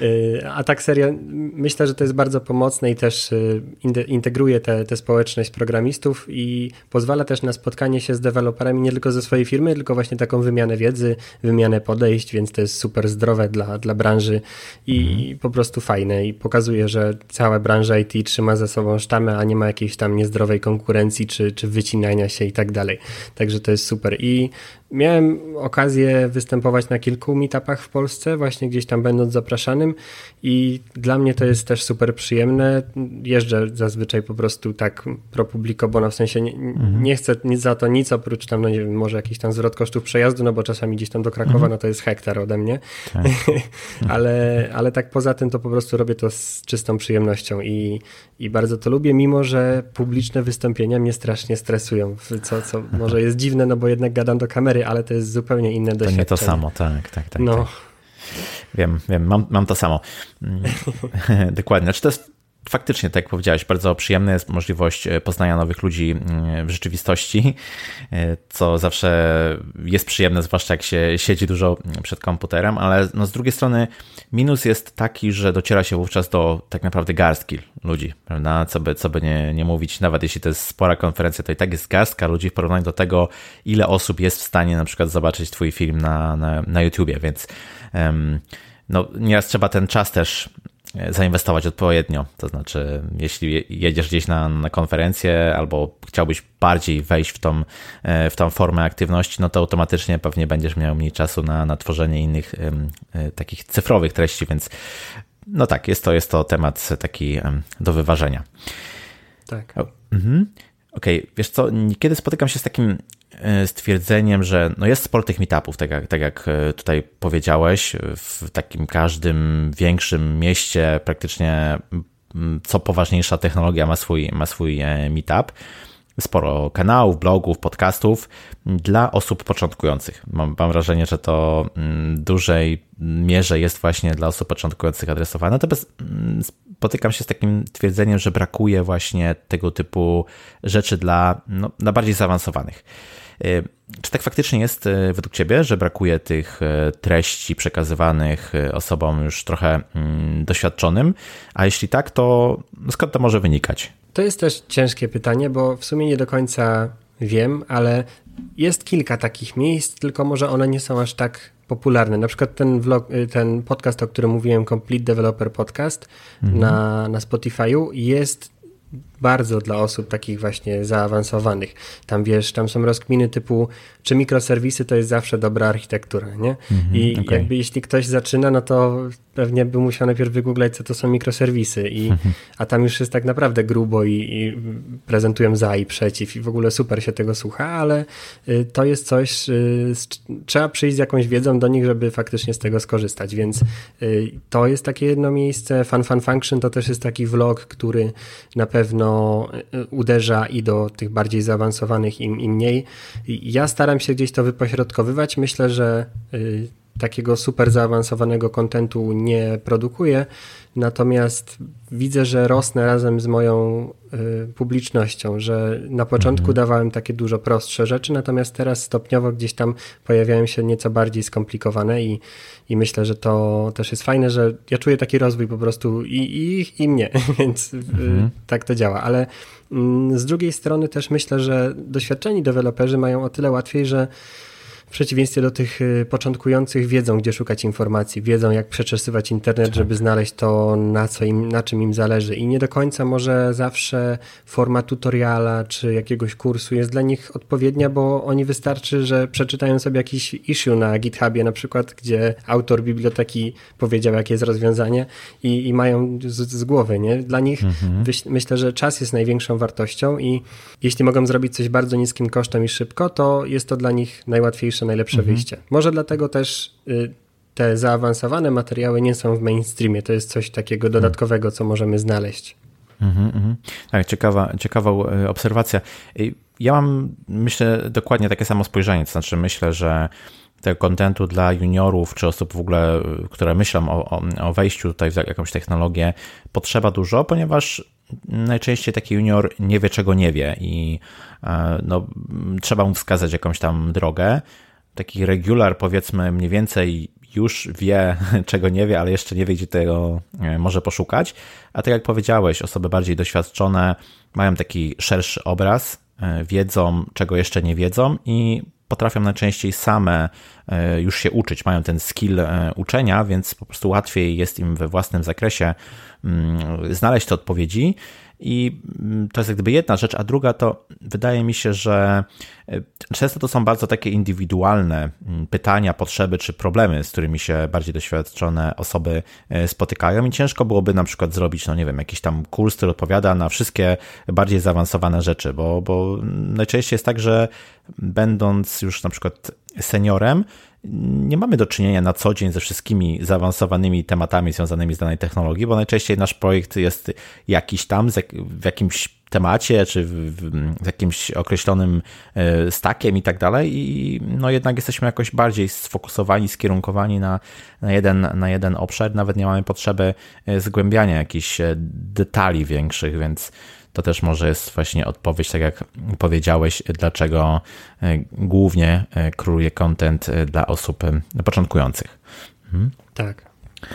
A tak serio, myślę, że to jest bardzo pomocne i też integruje tę te, te społeczność programistów i pozwala też na spotkanie się z deweloperami nie tylko ze swojej firmy, tylko właśnie taką wymianę wiedzy, wymianę podejść, więc to jest super zdrowe dla, dla branży i mhm. po prostu fajne i pokazuje, że cała branża I T trzyma ze sobą sztamę, a nie ma jakiejś tam niezdrowej konkurencji czy, czy wycinania się i tak dalej. Także to jest super i miałem okazję występować na kilku meetupach w Polsce, właśnie gdzieś tam będąc zapraszanym i dla mnie to jest też super przyjemne. Jeżdżę zazwyczaj po prostu tak pro publico, bo no w sensie nie, mhm. nie chcę nic za to nic oprócz tam, no nie wiem, może jakiś tam zwrot kosztów przejazdu, no bo czasami gdzieś tam do Krakowa, mhm. no to jest hektar ode mnie. Tak. ale, ale tak poza tym to po prostu robię to z czystą przyjemnością i, i bardzo to lubię, mimo że publiczne wystąpienia mnie strasznie stresują, co, co może jest dziwne, no bo jednak gadam do kamery, ale to jest zupełnie inne doświadczenie. To nie to samo, tak, tak, tak. No. Tak. Wiem, wiem, mam, mam to samo. Dokładnie. Znaczy to jest faktycznie, tak jak powiedziałeś, bardzo przyjemna jest możliwość poznania nowych ludzi w rzeczywistości, co zawsze jest przyjemne, zwłaszcza jak się siedzi dużo przed komputerem, ale no z drugiej strony minus jest taki, że dociera się wówczas do tak naprawdę garstki ludzi, prawda? Co by, co by nie, nie mówić, nawet jeśli to jest spora konferencja, to i tak jest garstka ludzi w porównaniu do tego, ile osób jest w stanie na przykład zobaczyć twój film na, na, na YouTubie, więc um, no, nieraz trzeba ten czas też zainwestować odpowiednio, to znaczy jeśli jedziesz gdzieś na, na konferencję albo chciałbyś bardziej wejść w tą, w tą formę aktywności, no to automatycznie pewnie będziesz miał mniej czasu na, na tworzenie innych um, takich cyfrowych treści, więc no tak, jest to, jest to temat taki um, do wyważenia. Tak. Mhm. Okej, okay, wiesz co, niekiedy spotykam się z takim stwierdzeniem, że no jest sporo tych meetupów, tak jak, tak jak tutaj powiedziałeś, w takim każdym większym mieście praktycznie co poważniejsza technologia ma swój, ma swój meetup. Sporo kanałów, blogów, podcastów dla osób początkujących. Mam, mam wrażenie, że to w dużej mierze jest właśnie dla osób początkujących adresowane. Natomiast spotykam się z takim twierdzeniem, że brakuje właśnie tego typu rzeczy dla, no, dla bardziej zaawansowanych. Czy tak faktycznie jest według Ciebie, że brakuje tych treści przekazywanych osobom już trochę doświadczonym? A jeśli tak, to skąd to może wynikać? To jest też ciężkie pytanie, bo w sumie nie do końca wiem, ale jest kilka takich miejsc, tylko może one nie są aż tak popularne. Na przykład ten vlog, ten podcast, o którym mówiłem, Complete Developer Podcast mhm. na, na Spotify'u jest bardzo dla osób takich właśnie zaawansowanych. Tam wiesz, tam są rozkminy typu, czy mikroserwisy to jest zawsze dobra architektura, nie? Mm-hmm, I okay. jakby jeśli ktoś zaczyna, no to pewnie by musiał najpierw wygooglać, co to są mikroserwisy, i, mm-hmm. a tam już jest tak naprawdę grubo i, i prezentują za i przeciw i w ogóle super się tego słucha, ale y, to jest coś, y, z, trzeba przyjść z jakąś wiedzą do nich, żeby faktycznie z tego skorzystać, więc y, to jest takie jedno miejsce. Fun Fun Function to też jest taki vlog, który na pewno uderza i do tych bardziej zaawansowanych i, i mniej. Ja staram się gdzieś to wypośrodkowywać. Myślę, że y, takiego super zaawansowanego kontentu nie produkuję, natomiast widzę, że rosnę razem z moją y, publicznością, że na początku mhm. dawałem takie dużo prostsze rzeczy, natomiast teraz stopniowo gdzieś tam pojawiają się nieco bardziej skomplikowane i, i myślę, że to też jest fajne, że ja czuję taki rozwój po prostu i, i ich, i mnie, więc mhm. y, tak to działa, ale y, z drugiej strony też myślę, że doświadczeni deweloperzy mają o tyle łatwiej, że w przeciwieństwie do tych początkujących wiedzą, gdzie szukać informacji, wiedzą, jak przeczesywać internet, tak. żeby znaleźć to, na co im, na czym im zależy. I nie do końca może zawsze forma tutoriala czy jakiegoś kursu jest dla nich odpowiednia, bo oni wystarczy, że przeczytają sobie jakiś issue na GitHubie na przykład, gdzie autor biblioteki powiedział, jakie jest rozwiązanie i, i mają z, z głowy, nie? Dla nich mhm. wyś, myślę, że czas jest największą wartością i jeśli mogą zrobić coś bardzo niskim kosztem i szybko, to jest to dla nich najłatwiejsze, najlepsze mhm. wyjście. Może dlatego też y, te zaawansowane materiały nie są w mainstreamie. To jest coś takiego dodatkowego, co możemy znaleźć. Mhm, mhm. Tak, ciekawa, ciekawa obserwacja. Ja mam, myślę, dokładnie takie samo spojrzenie. To znaczy myślę, że tego kontentu dla juniorów, czy osób w ogóle, które myślą o, o, o wejściu tutaj w jakąś technologię, potrzeba dużo, ponieważ najczęściej taki junior nie wie, czego nie wie i no, trzeba mu wskazać jakąś tam drogę. Taki regular, powiedzmy, mniej więcej już wie, czego nie wie, ale jeszcze nie wie, gdzie tego może poszukać. A tak jak powiedziałeś, osoby bardziej doświadczone mają taki szerszy obraz, wiedzą, czego jeszcze nie wiedzą i potrafią najczęściej same już się uczyć, mają ten skill uczenia, więc po prostu łatwiej jest im we własnym zakresie znaleźć te odpowiedzi. I to jest jak gdyby jedna rzecz, a druga to wydaje mi się, że często to są bardzo takie indywidualne pytania, potrzeby czy problemy, z którymi się bardziej doświadczone osoby spotykają i ciężko byłoby na przykład zrobić, no nie wiem, jakiś tam kurs, który odpowiada na wszystkie bardziej zaawansowane rzeczy, bo, bo najczęściej jest tak, że będąc już na przykład seniorem, nie mamy do czynienia na co dzień ze wszystkimi zaawansowanymi tematami związanymi z danej technologii, bo najczęściej nasz projekt jest jakiś tam w jakimś temacie, czy w, w jakimś określonym stackiem i tak dalej i no jednak jesteśmy jakoś bardziej sfokusowani, skierunkowani na, na, jeden, na jeden obszar, nawet nie mamy potrzeby zgłębiania jakichś detali większych, więc to też może jest właśnie odpowiedź, tak jak powiedziałeś, dlaczego głównie króluje content dla osób początkujących. Mhm. Tak.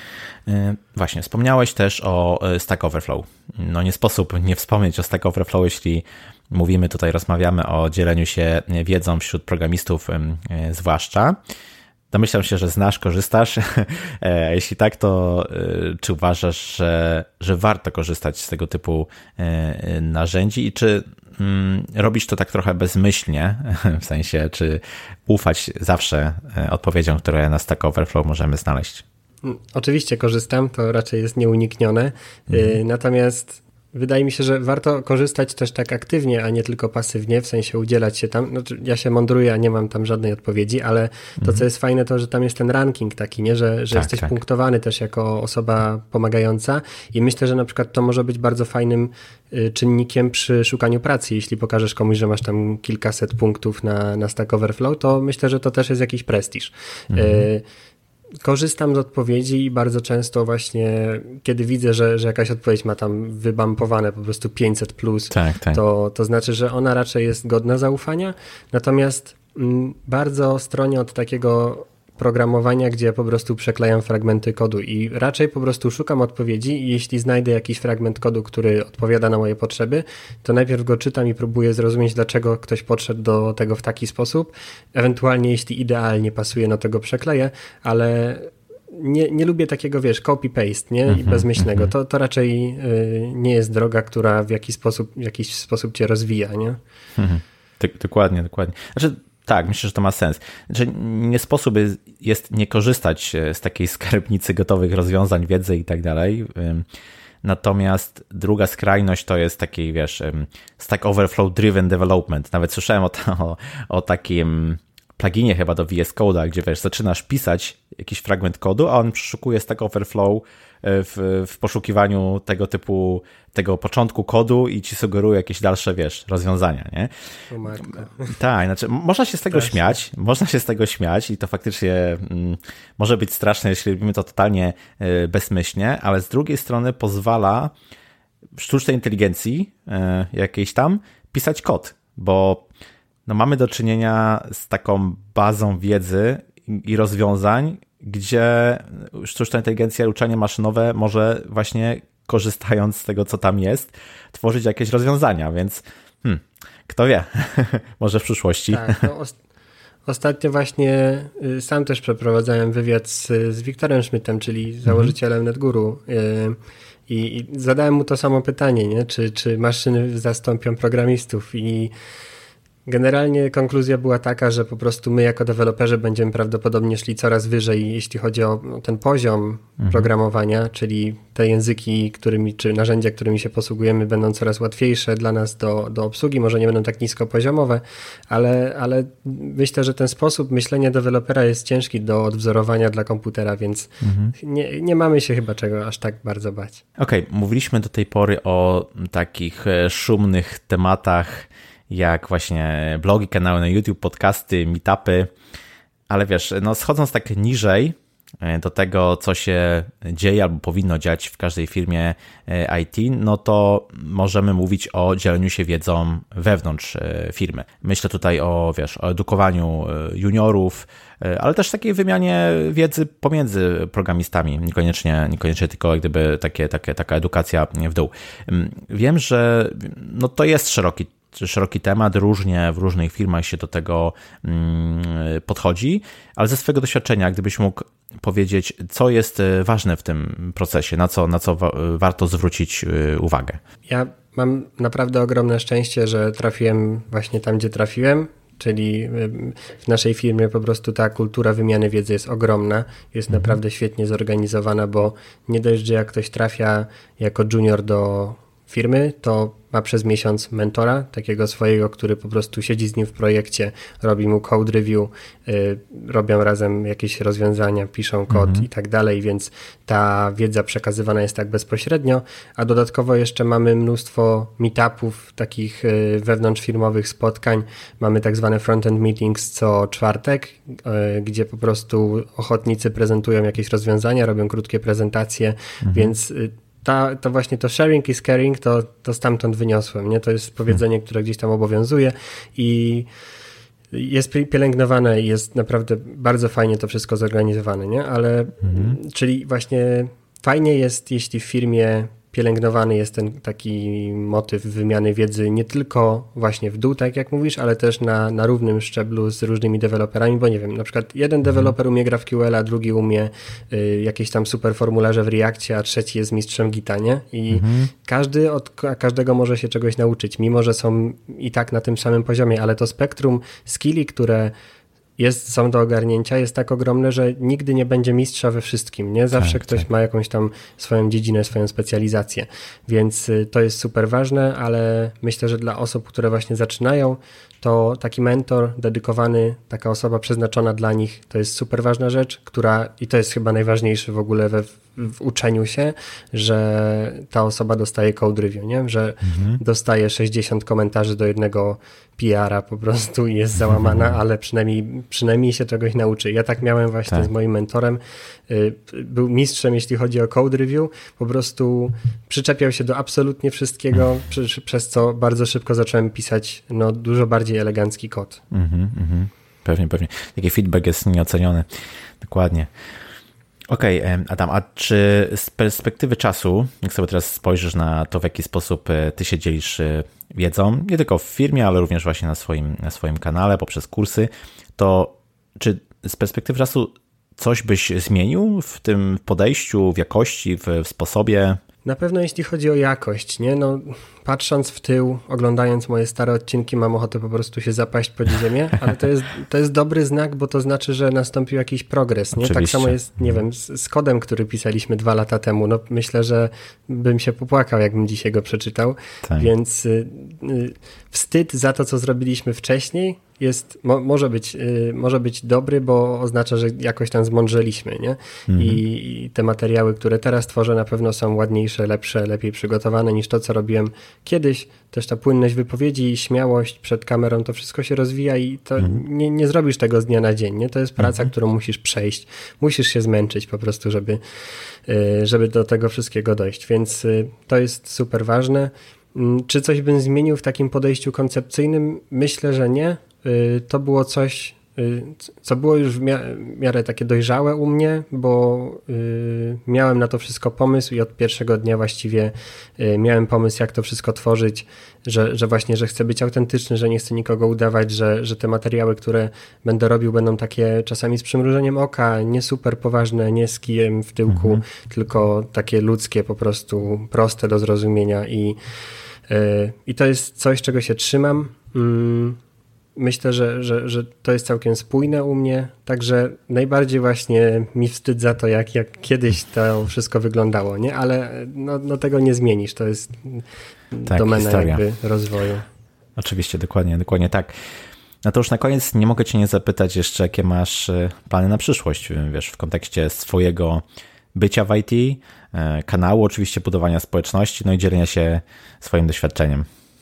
Właśnie, wspomniałeś też o Stack Overflow. No nie sposób nie wspomnieć o Stack Overflow, jeśli mówimy tutaj, rozmawiamy o dzieleniu się wiedzą wśród programistów zwłaszcza. Domyślam się, że znasz, korzystasz. Jeśli tak, to czy uważasz, że, że warto korzystać z tego typu narzędzi i czy robisz to tak trochę bezmyślnie, w sensie, czy ufać zawsze odpowiedziom, które na Stack Overflow możemy znaleźć? Oczywiście korzystam, to raczej jest nieuniknione, mhm. Natomiast wydaje mi się, że warto korzystać też tak aktywnie, a nie tylko pasywnie, w sensie udzielać się tam. Znaczy, ja się mądruję, a nie mam tam żadnej odpowiedzi, ale to, mhm. co jest fajne, to, że tam jest ten ranking taki, nie? Że, że tak, jesteś tak. punktowany też jako osoba pomagająca i myślę, że na przykład to może być bardzo fajnym czynnikiem przy szukaniu pracy. Jeśli pokażesz komuś, że masz tam kilkaset punktów na, na Stack Overflow, to myślę, że to też jest jakiś prestiż. Mhm. Y- Korzystam z odpowiedzi i bardzo często właśnie, kiedy widzę, że, że jakaś odpowiedź ma tam wybampowane po prostu pięćset plus, tak, tak. To, to znaczy, że ona raczej jest godna zaufania. Natomiast m, bardzo stronię od takiego programowania, gdzie ja po prostu przeklejam fragmenty kodu i raczej po prostu szukam odpowiedzi i jeśli znajdę jakiś fragment kodu, który odpowiada na moje potrzeby, to najpierw go czytam i próbuję zrozumieć, dlaczego ktoś podszedł do tego w taki sposób. Ewentualnie, jeśli idealnie pasuje, no to go przekleję, ale nie, nie lubię takiego, wiesz, copy-paste, nie? I bezmyślnego. To, to raczej y, nie jest droga, która w jakiś sposób, w jakiś sposób cię rozwija, nie? Dokładnie, dokładnie. Znaczy, tak, myślę, że to ma sens. Znaczy, nie sposób jest nie korzystać z takiej skarbnicy gotowych rozwiązań, wiedzy i tak dalej. Natomiast druga skrajność to jest taki, wiesz, Stack Overflow Driven Development. Nawet słyszałem o, o, o takim pluginie chyba do V S Code'a, gdzie wiesz, zaczynasz pisać jakiś fragment kodu, a on przeszukuje Stack Overflow w, w poszukiwaniu tego typu, tego początku kodu i ci sugeruje jakieś dalsze, wiesz, rozwiązania, nie? O matko. Tak, znaczy można się z tego Strasznie. śmiać, można się z tego śmiać i to faktycznie mm, może być straszne, jeśli robimy to totalnie y, bezmyślnie, ale z drugiej strony pozwala sztucznej inteligencji y, jakiejś tam pisać kod, bo no, mamy do czynienia z taką bazą wiedzy i rozwiązań, gdzie sztuczna inteligencja, uczenie maszynowe może właśnie korzystając z tego, co tam jest, tworzyć jakieś rozwiązania, więc hmm, kto wie, może w przyszłości. Tak, no, ost- ostatnio właśnie y, sam też przeprowadzałem wywiad z, z Wiktorem Schmidtem, czyli założycielem mm-hmm. NetGuru y, i, i zadałem mu to samo pytanie, nie? Czy, czy maszyny zastąpią programistów i generalnie konkluzja była taka, że po prostu my jako deweloperzy będziemy prawdopodobnie szli coraz wyżej, jeśli chodzi o ten poziom mhm. programowania, czyli te języki, którymi, czy narzędzia, którymi się posługujemy, będą coraz łatwiejsze dla nas do, do obsługi, może nie będą tak niskopoziomowe, ale, ale myślę, że ten sposób myślenia dewelopera jest ciężki do odwzorowania dla komputera, więc mhm. nie, nie mamy się chyba czego aż tak bardzo bać. Okej, okay, mówiliśmy do tej pory o takich szumnych tematach, jak właśnie blogi, kanały na YouTube, podcasty, meetupy, ale wiesz, no schodząc tak niżej do tego, co się dzieje albo powinno dziać w każdej firmie I T, no to możemy mówić o dzieleniu się wiedzą wewnątrz firmy. Myślę tutaj o, wiesz, o edukowaniu juniorów, ale też takiej wymianie wiedzy pomiędzy programistami, niekoniecznie, niekoniecznie tylko jak gdyby takie, takie, taka edukacja w dół. Wiem, że no to jest szeroki szeroki temat, różnie w różnych firmach się do tego podchodzi, ale ze swojego doświadczenia, gdybyś mógł powiedzieć, co jest ważne w tym procesie, na co, na co wa- warto zwrócić uwagę. Ja mam naprawdę ogromne szczęście, że trafiłem właśnie tam, gdzie trafiłem, czyli w naszej firmie po prostu ta kultura wymiany wiedzy jest ogromna, jest mhm. naprawdę świetnie zorganizowana, bo nie dość, że jak ktoś trafia jako junior do firmy, to ma przez miesiąc mentora, takiego swojego, który po prostu siedzi z nim w projekcie, robi mu code review, y, robią razem jakieś rozwiązania, piszą kod mhm. i tak dalej, więc ta wiedza przekazywana jest tak bezpośrednio, a dodatkowo jeszcze mamy mnóstwo meetupów, takich y, wewnątrzfirmowych spotkań, mamy tak zwane front-end meetings co czwartek, y, gdzie po prostu ochotnicy prezentują jakieś rozwiązania, robią krótkie prezentacje, mhm. więc y, Ta, to właśnie to sharing is caring, to, to stamtąd wyniosłem, nie? To jest powiedzenie, które gdzieś tam obowiązuje i jest pielęgnowane i jest naprawdę bardzo fajnie to wszystko zorganizowane, nie? Ale, mhm. czyli właśnie fajnie jest, jeśli w firmie pielęgnowany jest ten taki motyw wymiany wiedzy nie tylko właśnie w dół, tak jak mówisz, ale też na, na równym szczeblu z różnymi deweloperami, bo nie wiem, na przykład jeden deweloper umie GraphQL, a drugi umie y, jakieś tam super formularze w Reakcie, a trzeci jest mistrzem Gita, nie? I mhm. każdy od każdego może się czegoś nauczyć, mimo że są i tak na tym samym poziomie, ale to spektrum skilli, które jest, są do ogarnięcia, jest tak ogromne, że nigdy nie będzie mistrza we wszystkim, nie? Zawsze tak, ktoś tak. ma jakąś tam swoją dziedzinę, swoją specjalizację, więc to jest super ważne, ale myślę, że dla osób, które właśnie zaczynają, to taki mentor dedykowany, taka osoba przeznaczona dla nich, to jest super ważna rzecz, która, i to jest chyba najważniejsze w ogóle we, w uczeniu się, że ta osoba dostaje code review, nie? Że mhm. dostaje sześćdziesiąt komentarzy do jednego P R a po prostu i jest załamana, mhm. ale przynajmniej, przynajmniej się czegoś nauczy. Ja tak miałem właśnie tak. z moim mentorem. Był mistrzem, jeśli chodzi o code review. Po prostu przyczepiał się do absolutnie wszystkiego, przy, przez co bardzo szybko zacząłem pisać no, dużo bardziej elegancki kod. Mhm, mhm. Pewnie, pewnie. Taki feedback jest nieoceniony. Dokładnie. Okej, okay, Adam, a czy z perspektywy czasu, jak sobie teraz spojrzysz na to, w jaki sposób ty się dzielisz wiedzą, nie tylko w firmie, ale również właśnie na swoim, na swoim kanale, poprzez kursy, to czy z perspektywy czasu coś byś zmienił w tym podejściu, w jakości, w, w sposobie? Na pewno jeśli chodzi o jakość, nie? No, patrząc w tył, oglądając moje stare odcinki, mam ochotę po prostu się zapaść pod ziemię, ale to jest, to jest dobry znak, bo to znaczy, że nastąpił jakiś progres, nie? Tak samo jest, nie wiem, z, z kodem, który pisaliśmy dwa lata temu. No, myślę, że bym się popłakał, jakbym dzisiaj go przeczytał, tak. Więc y, y, wstyd za to, co zrobiliśmy wcześniej, jest, mo, może, być, y, może być dobry, bo oznacza, że jakoś tam zmądrzeliśmy, nie? Mhm. I, I te materiały, które teraz tworzę, na pewno są ładniejsze, lepsze, lepiej przygotowane niż to, co robiłem kiedyś. Też ta płynność wypowiedzi i śmiałość przed kamerą, to wszystko się rozwija i to mhm. nie, nie zrobisz tego z dnia na dzień, nie? To jest praca, mhm. którą musisz przejść. Musisz się zmęczyć po prostu, żeby, y, żeby do tego wszystkiego dojść, więc y, to jest super ważne. Y, czy coś bym zmienił w takim podejściu koncepcyjnym? Myślę, że nie. To było coś, co było już w miarę takie dojrzałe u mnie, bo miałem na to wszystko pomysł i od pierwszego dnia właściwie miałem pomysł, jak to wszystko tworzyć, że, że właśnie, że chcę być autentyczny, że nie chcę nikogo udawać, że, że te materiały, które będę robił, będą takie czasami z przymrużeniem oka, nie super poważne, nie z kijem w tyłku, mhm. tylko takie ludzkie, po prostu proste do zrozumienia i, i to jest coś, czego się trzymam. Myślę, że, że, że to jest całkiem spójne u mnie, także najbardziej właśnie mi wstyd za to, jak, jak kiedyś to wszystko wyglądało, nie? Ale no, no tego nie zmienisz, to jest tak, domena historia. Jakby rozwoju. Oczywiście, dokładnie, dokładnie tak. No to już na koniec nie mogę cię nie zapytać jeszcze, jakie masz plany na przyszłość, wiesz, w kontekście swojego bycia w I T, kanału, oczywiście budowania społeczności, no i dzielenia się swoim doświadczeniem.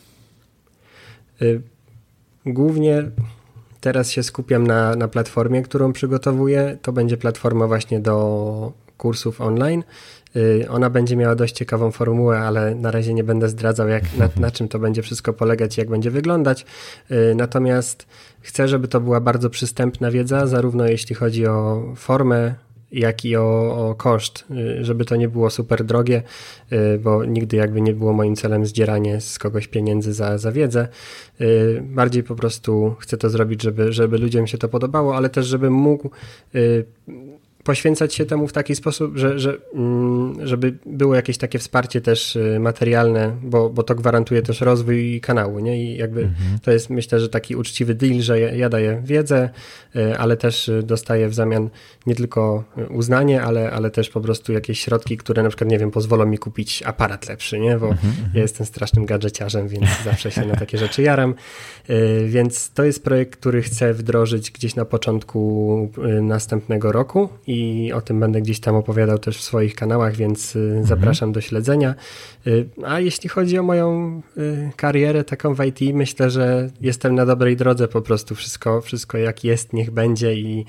Y- Głównie teraz się skupiam na, na platformie, którą przygotowuję. To będzie platforma właśnie do kursów online. Yy, ona będzie miała dość ciekawą formułę, ale na razie nie będę zdradzał, jak, na, na czym to będzie wszystko polegać i jak będzie wyglądać. Yy, natomiast chcę, żeby to była bardzo przystępna wiedza, zarówno jeśli chodzi o formę, jak i o, o koszt, żeby to nie było super drogie, bo nigdy jakby nie było moim celem zdzieranie z kogoś pieniędzy za, za wiedzę. Bardziej po prostu chcę to zrobić, żeby, żeby ludziom się to podobało, ale też żeby mógł poświęcać się temu w taki sposób, że, że, żeby było jakieś takie wsparcie też materialne, bo, bo to gwarantuje też rozwój kanału, nie? I jakby mhm. to jest, myślę, że taki uczciwy deal, że ja, ja daję wiedzę, ale też dostaję w zamian nie tylko uznanie, ale, ale też po prostu jakieś środki, które na przykład, nie wiem, pozwolą mi kupić aparat lepszy, nie? Bo mhm. ja jestem strasznym gadżeciarzem, więc zawsze się na takie rzeczy jaram. Więc to jest projekt, który chcę wdrożyć gdzieś na początku następnego roku i o tym będę gdzieś tam opowiadał też w swoich kanałach, więc mhm. zapraszam do śledzenia. A jeśli chodzi o moją karierę taką w I T, myślę, że jestem na dobrej drodze po prostu. Wszystko, wszystko jak jest, niech będzie i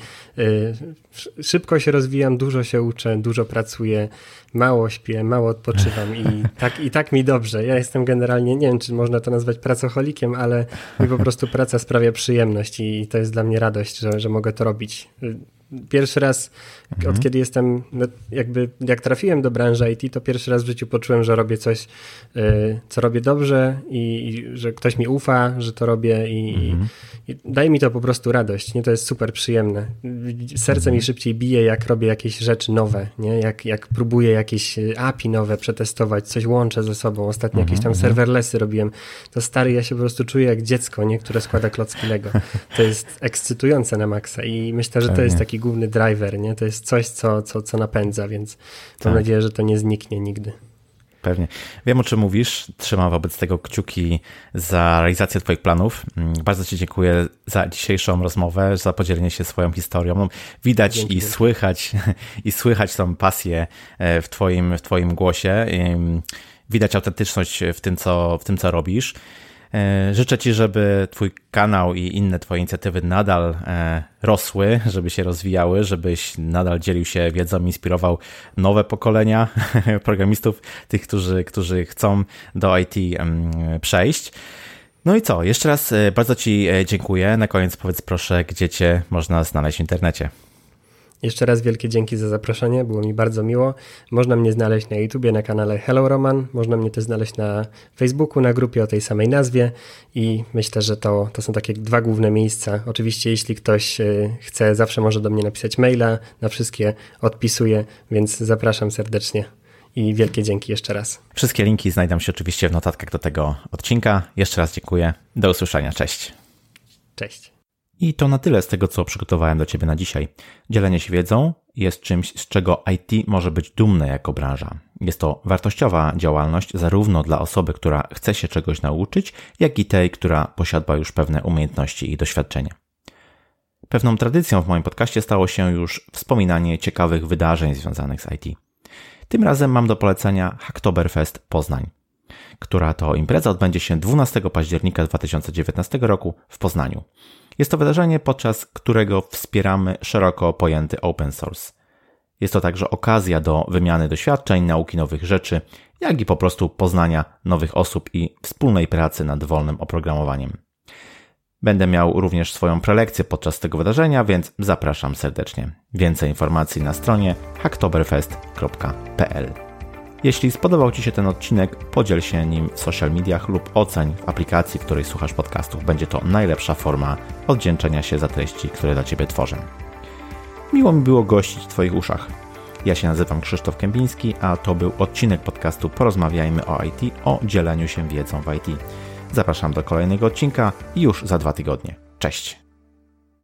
szybko się rozwijam, dużo się uczę, dużo pracuję, mało śpię, mało odpoczywam i tak, i tak mi dobrze. Ja jestem generalnie, nie wiem, czy można to nazwać pracocholikiem, ale mi po prostu praca sprawia przyjemność i to jest dla mnie radość, że, że mogę to robić. Pierwszy raz, mhm. od kiedy jestem, jakby jak trafiłem do branży I T, to pierwszy raz w życiu poczułem, że robię coś, co robię dobrze i, i że ktoś mi ufa, że to robię i, mhm. i daje mi to po prostu radość. Nie? To jest super przyjemne. Serce mhm. mi szybciej bije, jak robię jakieś rzeczy nowe, nie? Jak, jak próbuję jakieś A P I nowe przetestować, coś łączę ze sobą. Ostatnio mhm. jakieś tam serverlessy robiłem. To stary, ja się po prostu czuję jak dziecko, nie? Które składa klocki Lego. To jest ekscytujące na maksa i myślę, że to jest taki główny driver, nie? To jest coś, co, co, co napędza, więc tak. mam nadzieję, że to nie zniknie nigdy. Pewnie. Wiem, o czym mówisz. Trzymam wobec tego kciuki za realizację twoich planów. Bardzo ci dziękuję za dzisiejszą rozmowę, za podzielenie się swoją historią. No, widać Dzięki. i słychać i słychać tą pasję w twoim, w twoim głosie. Widać autentyczność w tym, co, w tym, co robisz. Życzę ci, żeby twój kanał i inne twoje inicjatywy nadal rosły, żeby się rozwijały, żebyś nadal dzielił się wiedzą, inspirował nowe pokolenia programistów, tych, którzy, którzy chcą do I T przejść. No i co? Jeszcze raz bardzo ci dziękuję. Na koniec powiedz proszę, gdzie cię można znaleźć w internecie. Jeszcze raz wielkie dzięki za zaproszenie, było mi bardzo miło. Można mnie znaleźć na YouTubie, na kanale Hello Roman, można mnie też znaleźć na Facebooku, na grupie o tej samej nazwie i myślę, że to, to są takie dwa główne miejsca. Oczywiście jeśli ktoś chce, zawsze może do mnie napisać maila, na wszystkie odpisuję, więc zapraszam serdecznie i wielkie dzięki jeszcze raz. Wszystkie linki znajdą się oczywiście w notatkach do tego odcinka. Jeszcze raz dziękuję, do usłyszenia, cześć. Cześć. I to na tyle z tego, co przygotowałem do Ciebie na dzisiaj. Dzielenie się wiedzą jest czymś, z czego I T może być dumne jako branża. Jest to wartościowa działalność zarówno dla osoby, która chce się czegoś nauczyć, jak i tej, która posiada już pewne umiejętności i doświadczenie. Pewną tradycją w moim podcaście stało się już wspominanie ciekawych wydarzeń związanych z I T. Tym razem mam do polecenia Hacktoberfest Poznań, która to impreza odbędzie się dwunastego października dwa tysiące dziewiętnastego roku w Poznaniu. Jest to wydarzenie, podczas którego wspieramy szeroko pojęty open source. Jest to także okazja do wymiany doświadczeń, nauki nowych rzeczy, jak i po prostu poznania nowych osób i wspólnej pracy nad wolnym oprogramowaniem. Będę miał również swoją prelekcję podczas tego wydarzenia, więc zapraszam serdecznie. Więcej informacji na stronie hacktoberfest kropka p l. Jeśli spodobał Ci się ten odcinek, podziel się nim w social mediach lub oceń w aplikacji, w której słuchasz podcastów. Będzie to najlepsza forma odwdzięczenia się za treści, które dla Ciebie tworzę. Miło mi było gościć w Twoich uszach. Ja się nazywam Krzysztof Kępiński, a to był odcinek podcastu Porozmawiajmy o I T, o dzieleniu się wiedzą w I T. Zapraszam do kolejnego odcinka już za dwa tygodnie. Cześć!